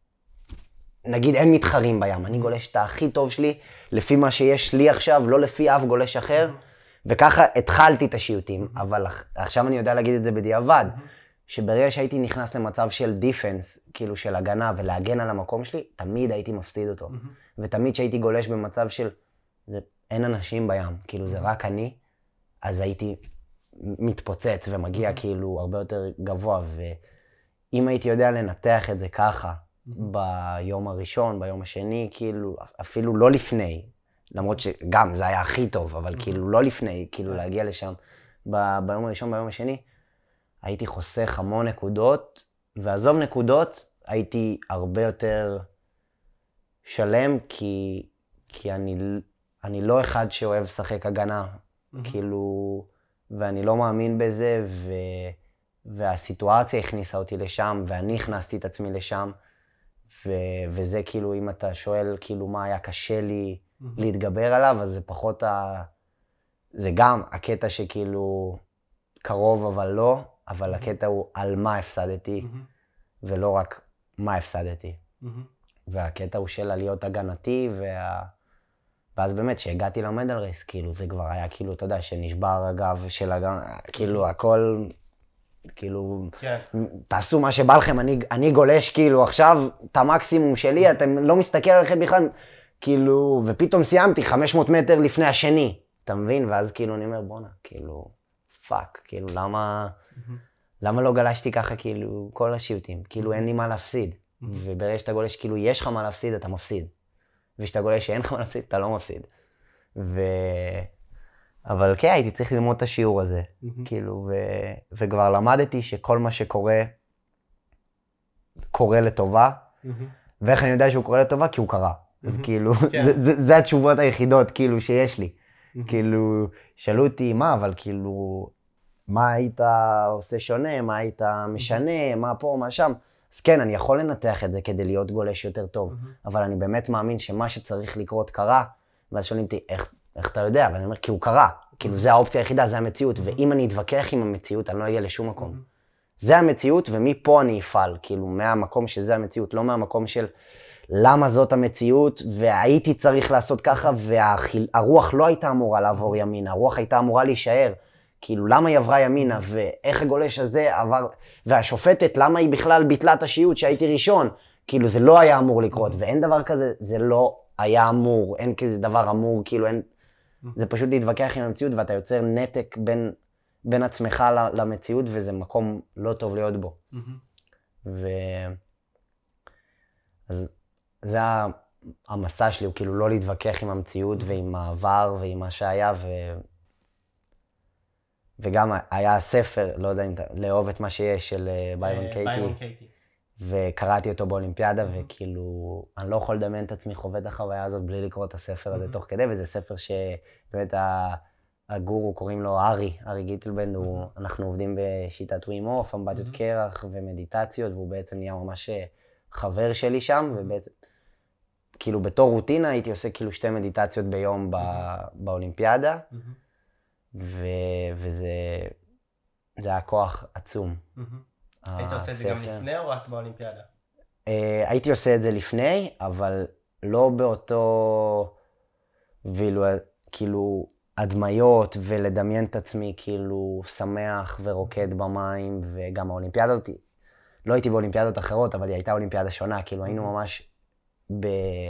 נגיד אין מתחרים בים, אני גולש את הכי טוב שלי, לפי מה שיש לי עכשיו, לא לפי אף גולש אחר, וככה התחלתי את השיעוטים, אבל עכשיו אני יודע להגיד את זה בדיעבד, שברגע שהייתי נכנס למצב של דיפנס, כאילו של הגנה ולהגן על המקום שלי, תמיד הייתי מפסיד אותו. Mm-hmm. ותמיד שהייתי גולש במצב של, זה, אין אנשים בים, כאילו זה רק אני, אז הייתי מתפוצץ ומגיע mm-hmm. כאילו הרבה יותר גבוה, ואם הייתי יודע לנתח את זה ככה, mm-hmm. ביום הראשון, ביום השני, כאילו אפילו לא לפני, למרות שגם זה היה הכי טוב, אבל mm-hmm. כאילו לא לפני, כאילו mm-hmm. להגיע לשם ב- ביום הראשון, ביום השני, הייתי חוסך המון נקודות, ועזוב נקודות, הייתי הרבה יותר שלם, כי, כי אני, אני לא אחד שאוהב לשחק הגנה, mm-hmm. כאילו, ואני לא מאמין בזה, ו, והסיטואציה הכניסה אותי לשם, ואני הכנסתי את עצמי לשם, ו, וזה כאילו, אם אתה שואל כאילו מה היה קשה לי mm-hmm. להתגבר עליו, אז זה פחות ה... זה גם הקטע שכאילו קרוב אבל לא, אבל mm-hmm. הקטע הוא על מה הפסדתי, mm-hmm. ולא רק מה הפסדתי. Mm-hmm. והקטע הוא של עליות הגנתי, וה... ואז באמת שהגעתי למדל רייס, כאילו זה כבר היה כאילו, אתה יודע, שנשבר הגב של הגן, כאילו הכל, כאילו, כן. תעשו מה שבא לכם, אני, אני גולש כאילו עכשיו את המקסימום שלי, אתם לא מסתכל עליכם בכלל, כאילו, ופתאום סיימתי חמש מאות מטר לפני השני, אתה מבין? ואז כאילו אני אומר, בונה, כאילו, פאק, כאילו, למה, mm-hmm. למה לא גלשתי ככה, כאילו, כל השיוטים, כאילו, אין לי מה להפסיד. Mm-hmm. וברגע שאתה גולש, כאילו, יש לך מה להפסיד, אתה מפסיד. ושאתה גולש שאין לך מה להפסיד, אתה לא מפסיד. ו... אבל כן, הייתי צריך ללמוד את השיעור הזה, mm-hmm. כאילו, ו... וכבר למדתי שכל מה שקורה, קורה לטובה, mm-hmm. ואיך אני יודע שהוא קורה לטובה? כי הוא קרה. Mm-hmm. אז כאילו, כן. זה, זה, זה התשובות היחידות, כאילו, שיש לי. Mm-hmm. כאילו, שאלו אותי, מה, אבל כאילו, מה היית עושה שונה, מה היית משנה, mm-hmm. מה פה, מה שם? אז כן, אני יכול לנתח את זה כדי להיות גולש יותר טוב, mm-hmm. אבל אני באמת מאמין שמה שצריך לקרות קרה, ואז שואלים אותי, איך, איך אתה יודע? ואני אומר, כי הוא קרה, mm-hmm. כאילו, זה האופציה היחידה, זה המציאות, mm-hmm. ואם אני אתווכח עם המציאות, אני לא אגיע לשום מקום. Mm-hmm. זה המציאות, ומפה אני אפעל, כאילו, מהמקום שזה המציאות, לא מהמקום של למה זאת המציאות, והייתי צריך לעשות ככה, והרוח לא הייתה אמורה לעבור ימינה, הרוח הייתה אמורה להישאר. כאילו, למה היא עברה ימינה, ואיך הגולש הזה עבר, והשופטת, למה היא בכלל ביטלה את השיעוט שהייתי ראשון? כאילו, זה לא היה אמור לקרות, ואין דבר כזה, זה לא היה אמור, אין כזה דבר אמור, כאילו, אין, זה פשוט להתווכח עם המציאות, ואתה יוצר נתק בין, בין עצמך למציאות, וזה מקום לא טוב להיות בו. ו... אז זה המסע שלי, הוא כאילו לא להתווכח עם המציאות, ועם העבר, ועם מה שהיה, ו... וגם היה ספר, לא יודע אם אתה, לאהוב את מה שיש, של ביירון קייטי, וקראתי אותו באולימפיאדה, וכאילו, אני לא יכול לדמיין את עצמי חווה את החוויה הזאת בלי לקרוא את הספר הזה תוך כדי, וזה ספר שבאמת הגורו קוראים לו ארי, ארי גיטלבנד, אנחנו עובדים בשיטת ווים אוף, אמבטיות קרח ומדיטציות, והוא בעצם נהיה ממש חבר שלי שם, ובעצם, כאילו בתור רוטינה הייתי עושה כאילו שתי מדיטציות ביום באולימפיאדה, ו... וזה זה היה כוח עצום. היית עושה את זה גם לפני או רק באולימפיאדה? הייתי עושה את זה לפני, אבל לא באותו, ואילו, כאילו, הדמיות ולדמיין את עצמי כאילו שמח ורוקד במים, וגם האולימפיאדות, לא הייתי באולימפיאדות אחרות, אבל היא הייתה אולימפיאדה שונה, כאילו היינו ממש ב...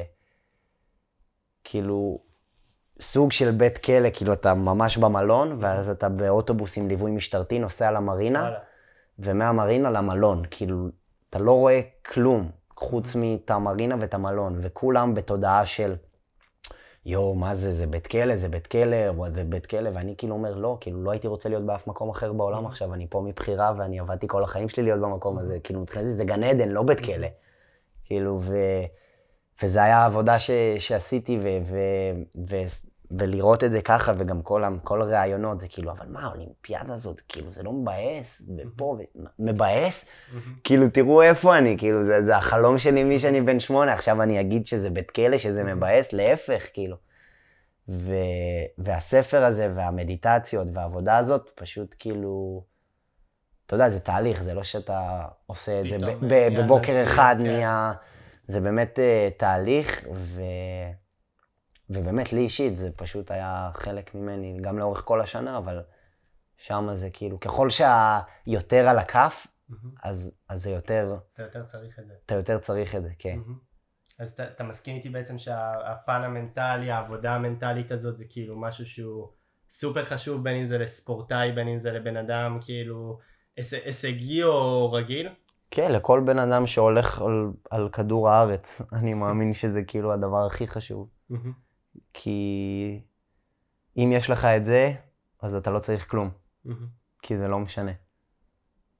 כאילו... סוג של בית כלא, כאילו אתה ממש במלון, ואז אתה באוטובוס עם ליווי משטרתי, נוסע למרינה, ומהמרינה למלון, כאילו, אתה לא רואה כלום, חוץ מאת המרינה ואת המלון, וכולם בתודעה של, יו, מה זה, זה בית כלא, זה בית כלא, זה בית כלא, ואני כאילו אומר, לא, כאילו, לא הייתי רוצה להיות באף מקום אחר בעולם עכשיו, אני פה מבחירה, ואני עבדתי כל החיים שלי להיות במקום הזה, כאילו, מבחינת זה, זה גן עדן, לא בית כלא, כאילו, ו... וזה היה העבודה ש, שעשיתי, ו, ו, ו, ולראות את זה ככה, וגם כל, כל הרעיונות, זה כאילו, אבל מה, האולימפיאדה הזאת, כאילו, זה לא מבאס, ופה, מבאס? כאילו, תראו איפה אני, כאילו, זה, זה החלום שלי מי שאני בן שמונה, עכשיו אני אגיד שזה בית כלא, שזה מבאס, להפך, כאילו. ו, והספר הזה, והמדיטציות, והעבודה הזאת, פשוט כאילו, אתה יודע, זה תהליך, זה לא שאתה עושה את זה בבוקר אחד, נהיה... זה באמת uh, תהליך, ו... ובאמת לי אישית זה פשוט היה חלק ממני, גם לאורך כל השנה, אבל שם זה כאילו, ככל שהיותר על הכף, mm-hmm. אז, אז זה יותר... אתה יותר צריך את זה. אתה יותר צריך את זה, כן. Mm-hmm. אז אתה, אתה מסכים איתי בעצם שהפן המנטלי, העבודה המנטלית הזאת, זה כאילו משהו שהוא סופר חשוב, בין אם זה לספורטאי, בין אם זה לבן אדם, כאילו הישגי או רגיל? כן, לכל בן אדם שהולך על, על כדור הארץ, אני מאמין שזה כאילו הדבר הכי חשוב. Mm-hmm. כי אם יש לך את זה, אז אתה לא צריך כלום. Mm-hmm. כי זה לא משנה.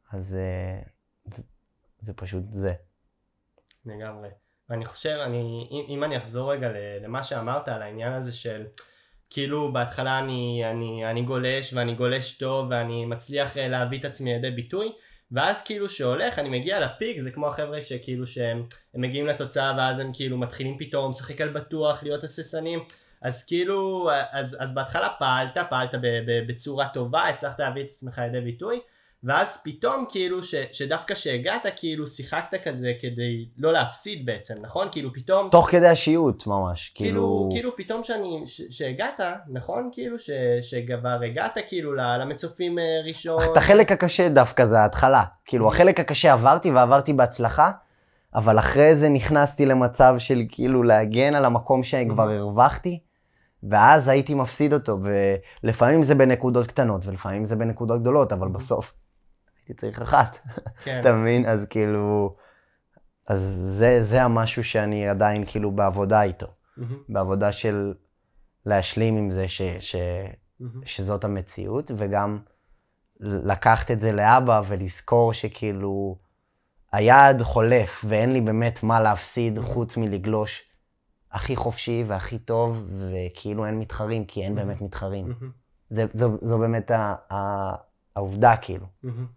אז זה, זה פשוט זה. לגמרי. ואני חושב, אני, אם, אם אני אחזור רגע למה שאמרת על העניין הזה של, כאילו בהתחלה אני, אני, אני גולש ואני גולש טוב ואני מצליח להביא את עצמי לידי ביטוי, ואז כאילו שהולך, אני מגיע לפיק, זה כמו החבר'ה שכאילו שהם מגיעים לתוצאה ואז הם כאילו מתחילים פתאום, משחק על בטוח, להיות הססנים, אז כאילו, אז, אז בהתחלה פעלת, פעלת בצורה טובה, הצלחת להביא את עצמך לידי ביטוי, ואז פתאום כאילו ש, שדווקא שהגעת כאילו שיחקת כזה כדי לא להפסיד בעצם, נכון? כאילו פתאום... תוך כדי השיעוט ממש, כאילו... כאילו פתאום שאני, ש, שהגעת, נכון? כאילו ש, שגבר הגעת כאילו למצופים ראשון... את החלק הקשה דווקא זה ההתחלה. כאילו החלק הקשה עברתי ועברתי בהצלחה, אבל אחרי זה נכנסתי למצב של כאילו להגן על המקום שכבר הרווחתי, ואז הייתי מפסיד אותו, ולפעמים זה בנקודות קטנות, ולפעמים זה בנקודות גדולות, אבל בסוף הייתי צריך אחת. אתה מבין? אז כאילו, אז זה, זה המשהו שאני עדיין כאילו בעבודה איתו. בעבודה של להשלים עם זה ש, ש, שזאת המציאות, וגם לקחת את זה לאבא ולזכור שכאילו היעד חולף, ואין לי באמת מה להפסיד חוץ מלגלוש הכי חופשי והכי טוב, וכאילו אין מתחרים, כי אין באמת מתחרים. זה, זו, זו באמת ה, ה, העובדה, כאילו.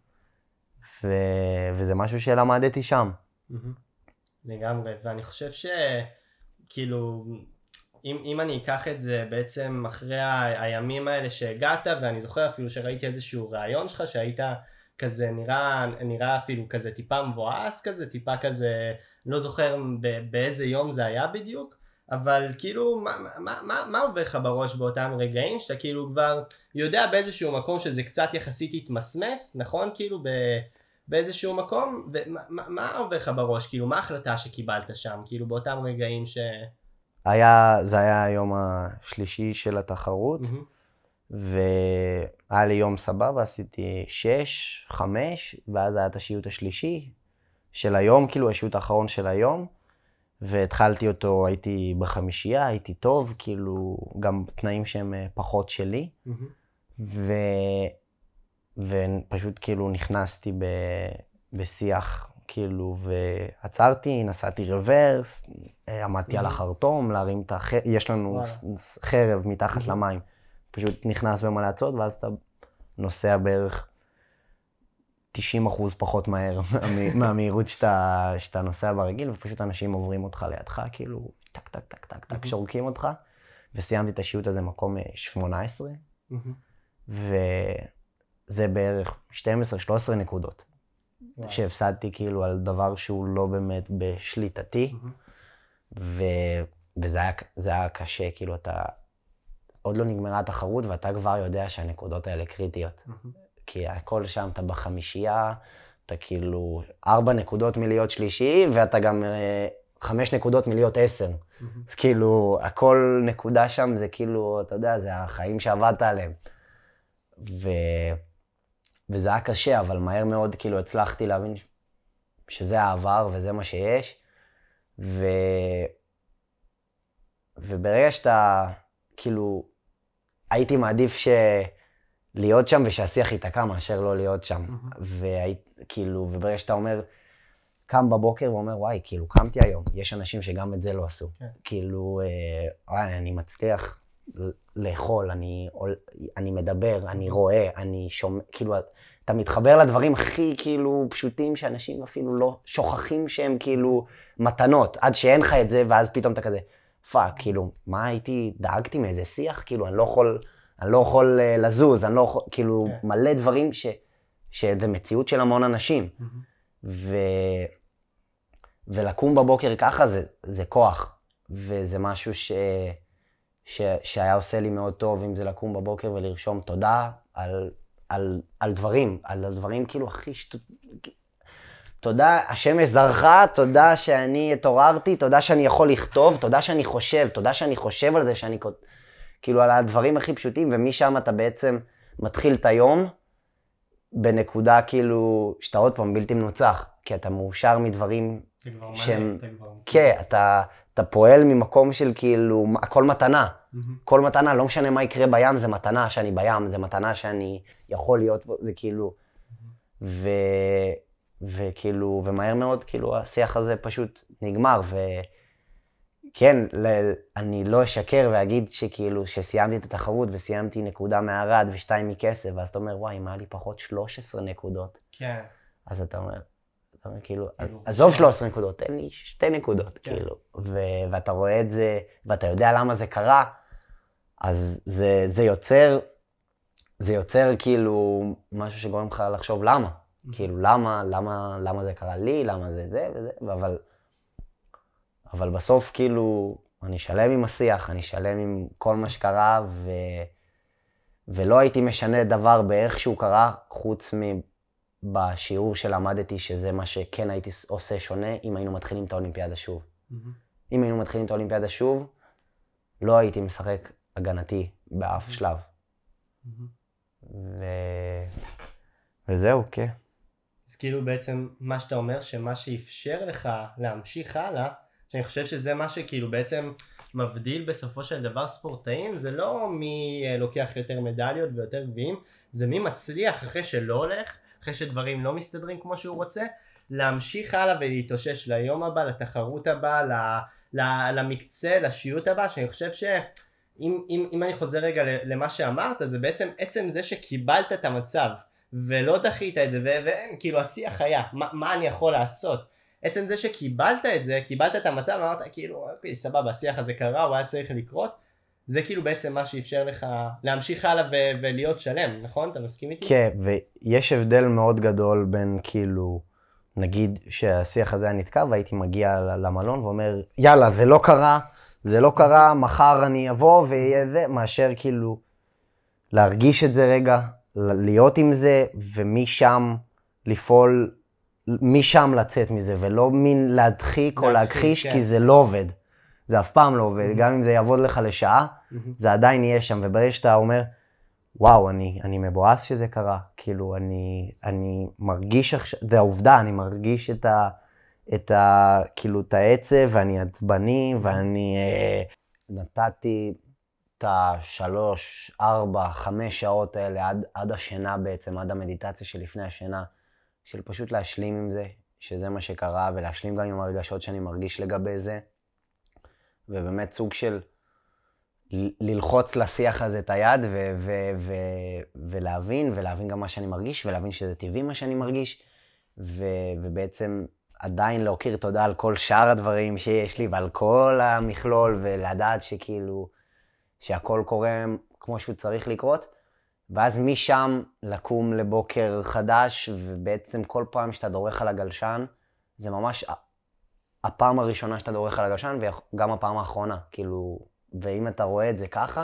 ו, וזה משהו שלמדתי שם. לגמרי, ואני חושב שכאילו, אם, אם אני אקח את זה בעצם אחרי ה, הימים האלה שהגעת, ואני זוכר אפילו שראיתי איזשהו רעיון שלך, שהיית כזה נראה, נראה אפילו כזה טיפה מבואס כזה, טיפה כזה, לא זוכר באיזה יום זה היה בדיוק, אבל כאילו, מה, מה, מה, מה עובר לך בראש באותם רגעים, שאתה כאילו כבר יודע באיזשהו מקום שזה קצת יחסית התמסמס, נכון? כאילו ב, באיזשהו מקום, ומה מה, מה עובר לך בראש? כאילו, מה ההחלטה שקיבלת שם? כאילו, באותם רגעים ש... היה, זה היה היום השלישי של התחרות, mm-hmm. והיה לי יום סבבה, עשיתי שש, חמש, ואז היה את השיעוט השלישי של היום, כאילו השיעוט האחרון של היום, והתחלתי אותו, הייתי בחמישייה, הייתי טוב, כאילו גם תנאים שהם פחות שלי, mm-hmm. ו... ופשוט כאילו נכנסתי ב... בשיח, כאילו, ועצרתי, נסעתי רוורס, עמדתי mm-hmm. על החרטום, להרים את החרב, יש לנו wow. חרב מתחת mm-hmm. למים, פשוט נכנס במלעצות, ואז אתה נוסע בערך תשעים אחוז פחות מהר מהמהירות שאתה, שאתה נוסע ברגיל, ופשוט אנשים עוברים אותך לידך, כאילו, טק, טק, טק, טק, טק, שורקים אותך, וסיימתי את השיעוט הזה מקום שמונה עשרה, וזה בערך שתים עשרה שלוש עשרה נקודות, שהפסדתי כאילו על דבר שהוא לא באמת בשליטתי, וזה היה קשה, כאילו, אתה עוד לא נגמרה התחרות, ואתה כבר יודע שהנקודות האלה קריטיות. כי הכל שם, אתה בחמישייה, אתה כאילו ארבע נקודות מלהיות שלישי, ואתה גם חמש נקודות מלהיות עשר. אז כאילו, הכל נקודה שם זה כאילו, אתה יודע, זה החיים שעבדת עליהם. ו... וזה היה קשה, אבל מהר מאוד כאילו הצלחתי להבין שזה העבר וזה מה שיש. ו... וברגע שאתה, כאילו, הייתי מעדיף ש... להיות שם ושהשיח ייתקע מאשר לא להיות שם. וכאילו, וברגע שאתה אומר, קם בבוקר ואומר, וואי, כאילו, קמתי היום. יש אנשים שגם את זה לא עשו. כאילו, וואי, אני מצליח לאכול, אני, אני מדבר, אני רואה, אני שומע, כאילו, אתה מתחבר לדברים הכי כאילו פשוטים שאנשים אפילו לא שוכחים שהם כאילו מתנות, עד שאין לך את זה, ואז פתאום אתה כזה, פאק, כאילו, מה הייתי, דאגתי מאיזה שיח? כאילו, אני לא יכול... אני לא יכול לזוז, אני לא יכול, כאילו, okay. מלא דברים ש, שזה מציאות של המון אנשים. Mm-hmm. ו, ולקום בבוקר ככה זה, זה כוח, וזה משהו ש, ש, שהיה עושה לי מאוד טוב, אם זה לקום בבוקר ולרשום תודה על, על, על דברים, על הדברים כאילו הכי שטות... תודה, השמש זרחה, תודה שאני התעוררתי, תודה שאני יכול לכתוב, תודה שאני חושב, תודה שאני חושב על זה שאני... כאילו על הדברים הכי פשוטים, ומשם אתה בעצם מתחיל את היום בנקודה כאילו שאתה עוד פעם בלתי מנוצח, כי אתה מאושר מדברים שהם... כן, אתה, אתה פועל ממקום של כאילו, הכל מתנה. Mm-hmm. כל מתנה, לא משנה מה יקרה בים, זה מתנה שאני בים, זה מתנה שאני יכול להיות בו, זה כאילו... Mm-hmm. ו... וכאילו, ומהר מאוד, כאילו, השיח הזה פשוט נגמר, וכן, ל... אני לא אשקר ואגיד שכאילו, שסיימתי את התחרות וסיימתי נקודה מערד ושתיים מכסף, ואז אתה אומר, וואי, אם היה לי פחות שלוש עשרה נקודות, כן. אז אתה אומר, אתה אומר, כאילו, כאילו, עזוב שלוש עשרה נקודות, תן לי שתי נקודות, כן. כאילו, ו... ואתה רואה את זה, ואתה יודע למה זה קרה, אז זה, זה יוצר, זה יוצר כאילו משהו שגורם לך לחשוב למה. כאילו, למה, למה, למה זה קרה לי, למה זה זה וזה, אבל, אבל בסוף, כאילו, אני שלם עם השיח, אני שלם עם כל מה שקרה, ו, ולא הייתי משנה דבר באיך שהוא קרה, חוץ מבשיעור שלמדתי, שזה מה שכן הייתי עושה שונה, אם היינו מתחילים את האולימפיאדה שוב. אם היינו מתחילים את האולימפיאדה שוב, לא הייתי משחק הגנתי באף שלב. ו... וזהו, כן. אז כאילו בעצם מה שאתה אומר, שמה שאפשר לך להמשיך הלאה, שאני חושב שזה מה שכאילו בעצם מבדיל בסופו של דבר ספורטאים, זה לא מי לוקח יותר מדליות ויותר גביעים, זה מי מצליח אחרי שלא הולך, אחרי שדברים לא מסתדרים כמו שהוא רוצה, להמשיך הלאה ולהתאושש ליום הבא, לתחרות הבאה, למקצה, לשיעוט הבא, שאני חושב ש... אם, אם, אם אני חוזר רגע למה שאמרת, זה בעצם עצם זה שקיבלת את המצב, ולא דחית את זה, ואין, כאילו השיח היה, מה, מה אני יכול לעשות? עצם זה שקיבלת את זה, קיבלת את המצב, ואמרת כאילו, אוקיי, סבבה, השיח הזה קרה, הוא היה צריך לקרות, זה כאילו בעצם מה שאפשר לך להמשיך הלאה ו- ולהיות שלם, נכון? אתה מסכים איתי? כן, ויש הבדל מאוד גדול בין כאילו, נגיד שהשיח הזה היה נתקע, והייתי מגיע למלון ואומר, יאללה, זה לא קרה, זה לא קרה, מחר אני אבוא ויהיה זה, מאשר כאילו להרגיש את זה רגע, להיות עם זה, ומשם לפעול, משם לצאת מזה, ולא מין להדחיק או להכחיש, כי זה לא עובד. זה אף פעם לא עובד, גם אם זה יעבוד לך לשעה, זה עדיין יהיה שם, וברגע שאתה אומר, וואו, אני, אני מבואס שזה קרה, כאילו, אני, אני מרגיש עכשיו, זה העובדה, אני מרגיש את ה... את ה... כאילו, את העצב, ואני עצבני, ואני אה, נתתי את השלוש, ארבע, חמש שעות האלה עד, עד השינה בעצם, עד המדיטציה שלפני השינה, של פשוט להשלים עם זה, שזה מה שקרה, ולהשלים גם עם הרגשות שאני מרגיש לגבי זה, ובאמת סוג של ל- ללחוץ לשיח הזה את היד, ו- ו- ו- ולהבין, ולהבין גם מה שאני מרגיש, ולהבין שזה טבעי מה שאני מרגיש, ו- ובעצם עדיין להוקיר תודה על כל שאר הדברים שיש לי, ועל כל המכלול, ולדעת שכאילו, שהכל קורה כמו שהוא צריך לקרות, ואז משם לקום לבוקר חדש, ובעצם כל פעם שאתה דורך על הגלשן, זה ממש הפעם הראשונה שאתה דורך על הגלשן, וגם הפעם האחרונה, כאילו, ואם אתה רואה את זה ככה,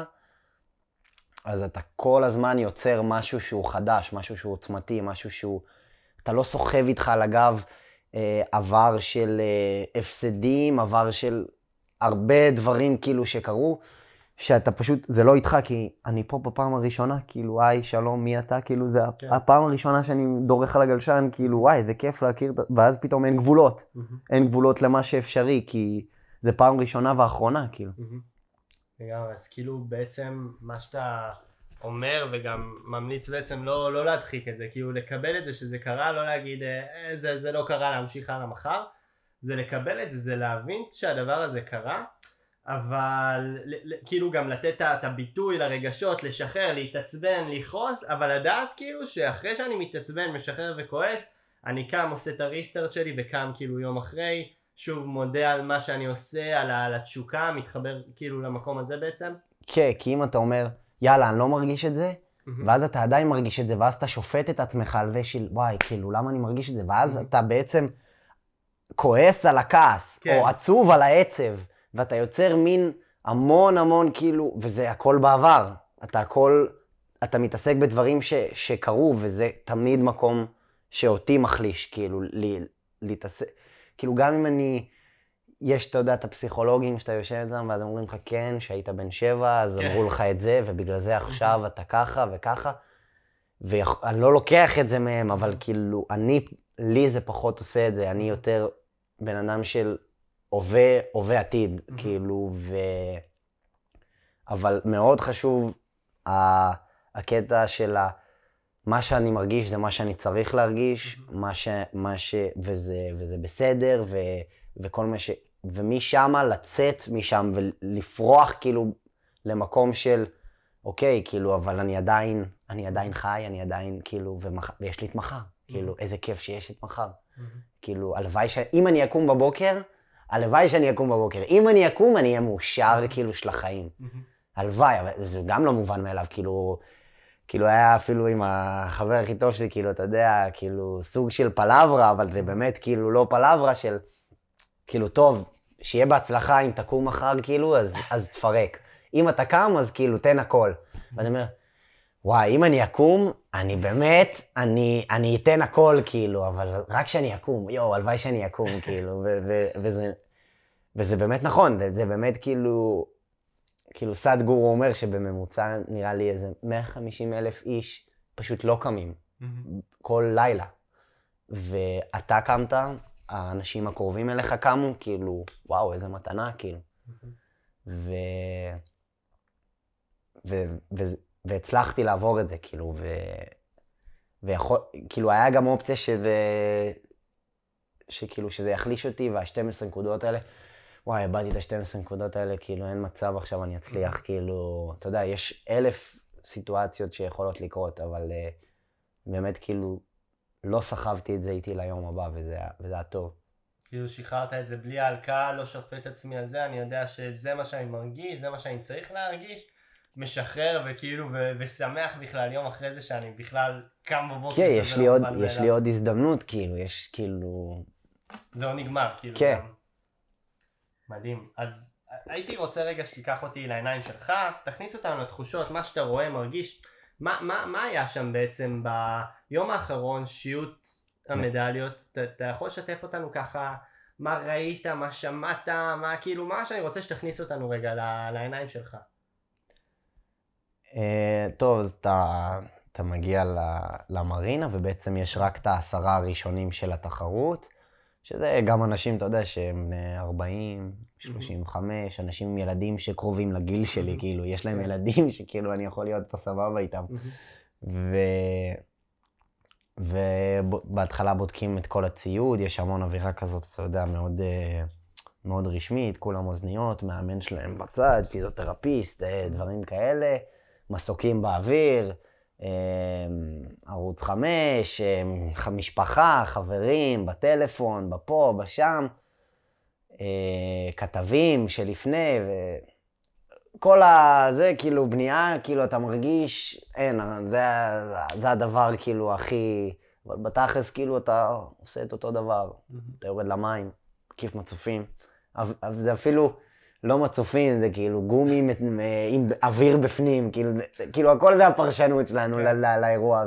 אז אתה כל הזמן יוצר משהו שהוא חדש, משהו שהוא עוצמתי, משהו שהוא, אתה לא סוחב איתך על הגב, עבר של הפסדים, עבר של הרבה דברים כאילו שקרו, שאתה פשוט, זה לא איתך, כי אני פה בפעם הראשונה, כאילו, היי, שלום, מי אתה? כאילו, זה כן. הפעם הראשונה שאני דורך על הגלשן, כאילו, וואי, זה כיף להכיר, ואז פתאום אין גבולות. Mm-hmm. אין גבולות למה שאפשרי, כי זה פעם ראשונה ואחרונה, כאילו. Mm-hmm. אז כאילו, בעצם, מה שאתה אומר, וגם ממליץ בעצם לא, לא להדחיק את זה, כאילו, לקבל את זה שזה קרה, לא להגיד, אה, זה, זה לא קרה, להמשיך הלאה מחר, זה לקבל את זה, זה להבין שהדבר הזה קרה, אבל כאילו גם לתת את הביטוי לרגשות, לשחרר, להתעצבן, לכעוס, אבל לדעת כאילו שאחרי שאני מתעצבן, משחרר וכועס, אני קם עושה את הריסטארט שלי וקם כאילו יום אחרי, שוב מודה על מה שאני עושה, על התשוקה, מתחבר כאילו למקום הזה בעצם. כן, כי אם אתה אומר, יאללה, אני לא מרגיש את זה, ואז אתה עדיין מרגיש את זה, ואז אתה שופט את עצמך על זה של, וואי, כאילו, למה אני מרגיש את זה? ואז אתה בעצם כועס על הכעס, או עצוב על העצב. ואתה יוצר מין המון המון כאילו, וזה הכל בעבר. אתה הכל, אתה מתעסק בדברים ש, שקרו, וזה תמיד מקום שאותי מחליש, כאילו, לי, להתעסק, כאילו, גם אם אני, יש, אתה יודע, את הפסיכולוגים שאתה יושב איתם, ואז אומרים לך, כן, שהיית בן שבע, אז כן. אמרו לך את זה, ובגלל זה עכשיו אתה ככה וככה, ואני לא לוקח את זה מהם, אבל כאילו, אני, לי זה פחות עושה את זה, אני יותר בן אדם של, הווה, הווה עתיד, mm-hmm. כאילו, ו... אבל מאוד חשוב, ה... הקטע של ה... מה שאני מרגיש זה מה שאני צריך להרגיש, מה ש... מה ש... וזה, וזה בסדר, ו... וכל מה ש... ומשם לצאת משם ולפרוח כאילו למקום של, אוקיי, כאילו, אבל אני עדיין, אני עדיין חי, אני עדיין, כאילו, ומח... ויש לי את מחר. כאילו, איזה כיף שיש את מחר. כאילו, הלוואי ש... אם אני אקום בבוקר, הלוואי שאני אקום בבוקר. אם אני אקום, אני אהיה מאושר, כאילו, של החיים. הלוואי, אבל זה גם לא מובן מאליו, כאילו... כאילו היה אפילו עם החבר הכי טוב שלי, כאילו, אתה יודע, כאילו, סוג של פלברה, אבל זה באמת כאילו לא פלברה של, כאילו, טוב, שיהיה בהצלחה אם תקום מחר, כאילו, אז, אז תפרק. אם אתה קם, אז כאילו, תן הכל. ואני אומר, וואי, אם אני אקום, אני באמת, אני, אני אתן הכל, כאילו, אבל רק שאני אקום, יואו, הלוואי שאני אקום, כאילו, ו- ו- וזה, וזה באמת נכון, זה, זה באמת כאילו, כאילו סעד גורו אומר שבממוצע נראה לי איזה מאה וחמישים אלף איש פשוט לא קמים mm-hmm. כל לילה. ואתה קמת, האנשים הקרובים אליך קמו, כאילו, וואו, איזה מתנה, כאילו. Mm-hmm. ו... ו... ו... והצלחתי לעבור את זה, כאילו, ו... ויכול... כאילו, היה גם אופציה שזה... שכאילו, שזה יחליש אותי, וה-שתים עשרה נקודות האלה, וואי, הבאתי את ה-שתים עשרה נקודות האלה, כאילו אין מצב עכשיו אני אצליח, כאילו, אתה יודע, יש אלף סיטואציות שיכולות לקרות, אבל uh, באמת כאילו לא סחבתי את זה איתי ליום הבא, וזה, וזה היה טוב. כאילו שחררת את זה בלי הלקאה, לא שופט עצמי על זה, אני יודע שזה מה שאני מרגיש, זה מה שאני צריך להרגיש, משחרר וכאילו, ו- ושמח בכלל יום אחרי זה שאני בכלל קם בבוקר. כן, יש, לי, עוד, יש לי עוד הזדמנות, כאילו, יש כאילו... זה לא נגמר, כאילו. כן. גם... מדהים. אז הייתי רוצה רגע שתיקח אותי לעיניים שלך, תכניס אותנו לתחושות, מה שאתה רואה, מרגיש. מה, מה, מה היה שם בעצם ביום האחרון, שיעוט המדליות? אתה, אתה יכול לשתף אותנו ככה, מה ראית, מה שמעת, מה כאילו, מה שאני רוצה שתכניס אותנו רגע לעיניים שלך. Uh, טוב, אז אתה, אתה מגיע למרינה, ובעצם יש רק את העשרה הראשונים של התחרות. שזה גם אנשים, אתה יודע, שהם ארבעים, שלושים וחמש, אנשים עם ילדים שקרובים לגיל שלי, כאילו, יש להם ילדים שכאילו אני יכול להיות פה סבבה איתם. ו... ובהתחלה בודקים את כל הציוד, יש המון אווירה כזאת, אתה יודע, מאוד, מאוד רשמית, כולם אוזניות, מאמן שלהם בצד, פיזיותרפיסט, דברים כאלה, מסוקים באוויר, ערוץ חמש, משפחה, חברים, בטלפון, בפה, בשם, כתבים שלפני, וכל הזה, כאילו, בנייה, כאילו, אתה מרגיש, אין, זה, זה הדבר, כאילו, הכי, אבל בתכלס, כאילו, אתה עושה את אותו דבר, אתה יורד למים, כיף מצופים, אבל זה אפילו, לא מצופים, זה כאילו גומי עם אוויר בפנים, כאילו, כאילו הכל זה הפרשנות שלנו לאירוע,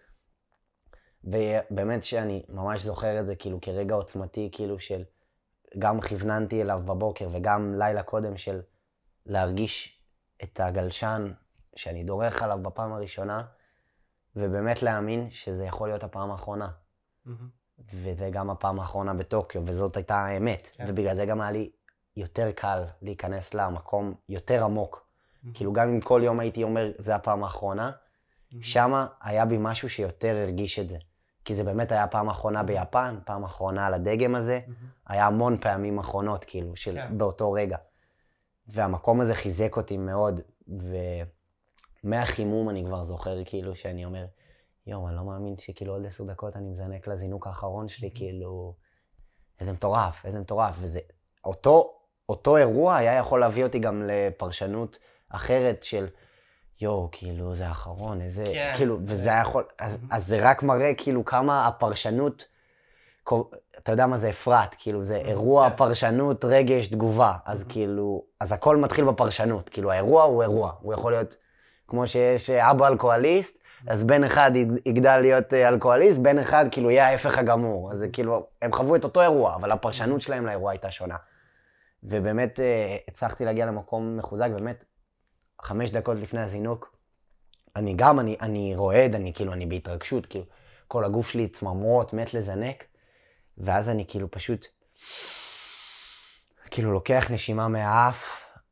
ובאמת שאני ממש זוכר את זה כאילו כרגע עוצמתי, כאילו של גם כיווננתי אליו בבוקר וגם לילה קודם של להרגיש את הגלשן שאני דורך עליו בפעם הראשונה, ובאמת להאמין שזה יכול להיות הפעם האחרונה. וזה גם הפעם האחרונה בטוקיו, וזאת הייתה האמת, ובגלל זה גם היה לי יותר קל להיכנס למקום יותר עמוק. Mm-hmm. כאילו גם אם כל יום הייתי אומר, זה הפעם האחרונה, mm-hmm. שמה היה בי משהו שיותר הרגיש את זה. כי זה באמת היה פעם האחרונה ביפן, פעם האחרונה על הדגם הזה, mm-hmm. היה המון פעמים אחרונות, כאילו, של, okay. באותו רגע. והמקום הזה חיזק אותי מאוד, ומהחימום אני כבר זוכר, כאילו, שאני אומר, יום, אני לא מאמין שכאילו עוד עשר דקות אני מזנק לזינוק האחרון שלי, mm-hmm. כאילו, איזה מטורף, איזה מטורף, וזה, אותו, אותו אירוע היה יכול להביא אותי גם לפרשנות אחרת של, יו, כאילו, זה האחרון, איזה, כן, כאילו, זה... וזה היה יכול, אז, אז זה רק מראה, כאילו, כמה הפרשנות, אתה יודע מה זה אפרת, כאילו, זה אירוע, פרשנות, רגש, תגובה, אז כאילו, אז הכל מתחיל בפרשנות, כאילו, האירוע הוא אירוע, הוא יכול להיות, כמו שיש אבא אלכוהוליסט, אז בן אחד יגדל להיות אלכוהוליסט, בן אחד, כאילו, יהיה ההפך הגמור, אז כאילו, הם חוו את אותו אירוע, אבל הפרשנות שלהם לאירוע הייתה שונה. ובאמת הצלחתי להגיע למקום מחוזק, באמת, חמש דקות לפני הזינוק, אני גם, אני, אני רועד, אני כאילו, אני בהתרגשות, כאילו, כל הגוף שלי צמרמורות, מת לזנק, ואז אני כאילו פשוט, כאילו לוקח נשימה מהאף,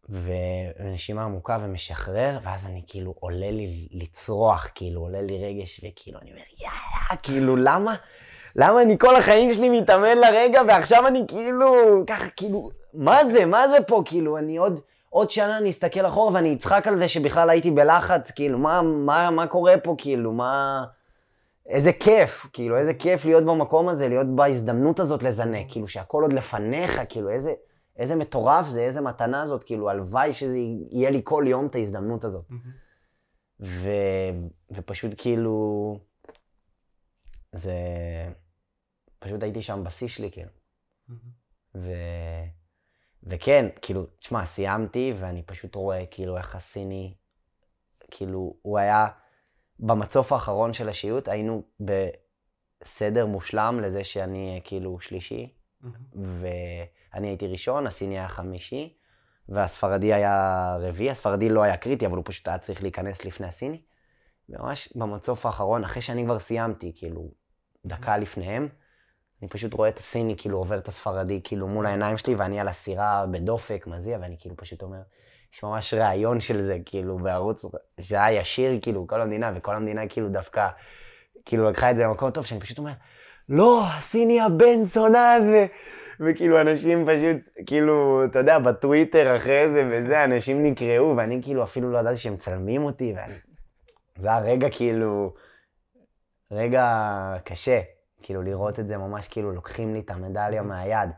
ונשימה עמוקה ומשחרר, ואז אני כאילו עולה לי לצרוח, כאילו עולה לי רגש, וכאילו אני אומר, יאללה, כאילו למה, למה אני כל החיים שלי מתאמן לרגע, ועכשיו אני כאילו, ככה כאילו, מה זה, מה זה פה, כאילו, אני עוד, עוד שנה אני אסתכל אחורה, ואני אצחק על זה שבכלל הייתי בלחץ, כאילו, מה, מה, מה קורה פה, כאילו, מה, איזה כיף, כאילו, איזה כיף להיות במקום הזה, להיות בהזדמנות הזאת לזנק, כאילו, שהכל עוד לפניך, כאילו, איזה... איזה מטורף זה, איזה מתנה הזאת, כאילו, הלוואי שזה יהיה לי כל יום את ההזדמנות הזאת. Mm-hmm. ו... ופשוט כאילו, זה... פשוט הייתי שם בשיא שלי, כאילו. Mm-hmm. ו... וכן, כאילו, תשמע, סיימתי, ואני פשוט רואה, כאילו, איך הסיני, כאילו, הוא היה, במצוף האחרון של השיעוט, היינו בסדר מושלם לזה שאני, כאילו, שלישי, mm-hmm. ו... אני הייתי ראשון, הסיני היה חמישי, והספרדי היה רביעי. הספרדי לא היה קריטי, אבל הוא פשוט היה צריך להיכנס לפני הסיני. ממש במצוף האחרון, אחרי שאני כבר סיימתי, כאילו, דקה לפניהם, אני פשוט רואה את הסיני, כאילו, עובר את הספרדי, כאילו, מול העיניים שלי, ואני על הסירה בדופק, מזיע, ואני כאילו פשוט אומר, יש ממש רעיון של זה, כאילו, בערוץ, זה היה ישיר, כאילו, כל המדינה, וכל המדינה, כאילו, דווקא, כאילו, לקחה את זה למקום טוב, שאני פשוט אומר, לא, הסיני הבן זונה הזה. וכאילו אנשים פשוט, כאילו, אתה יודע, בטוויטר אחרי זה וזה, אנשים נקראו, ואני כאילו אפילו לא ידעתי שהם מצלמים אותי, ואני... זה הרגע כאילו, רגע קשה, כאילו לראות את זה ממש כאילו לוקחים לי את המדליה מהיד.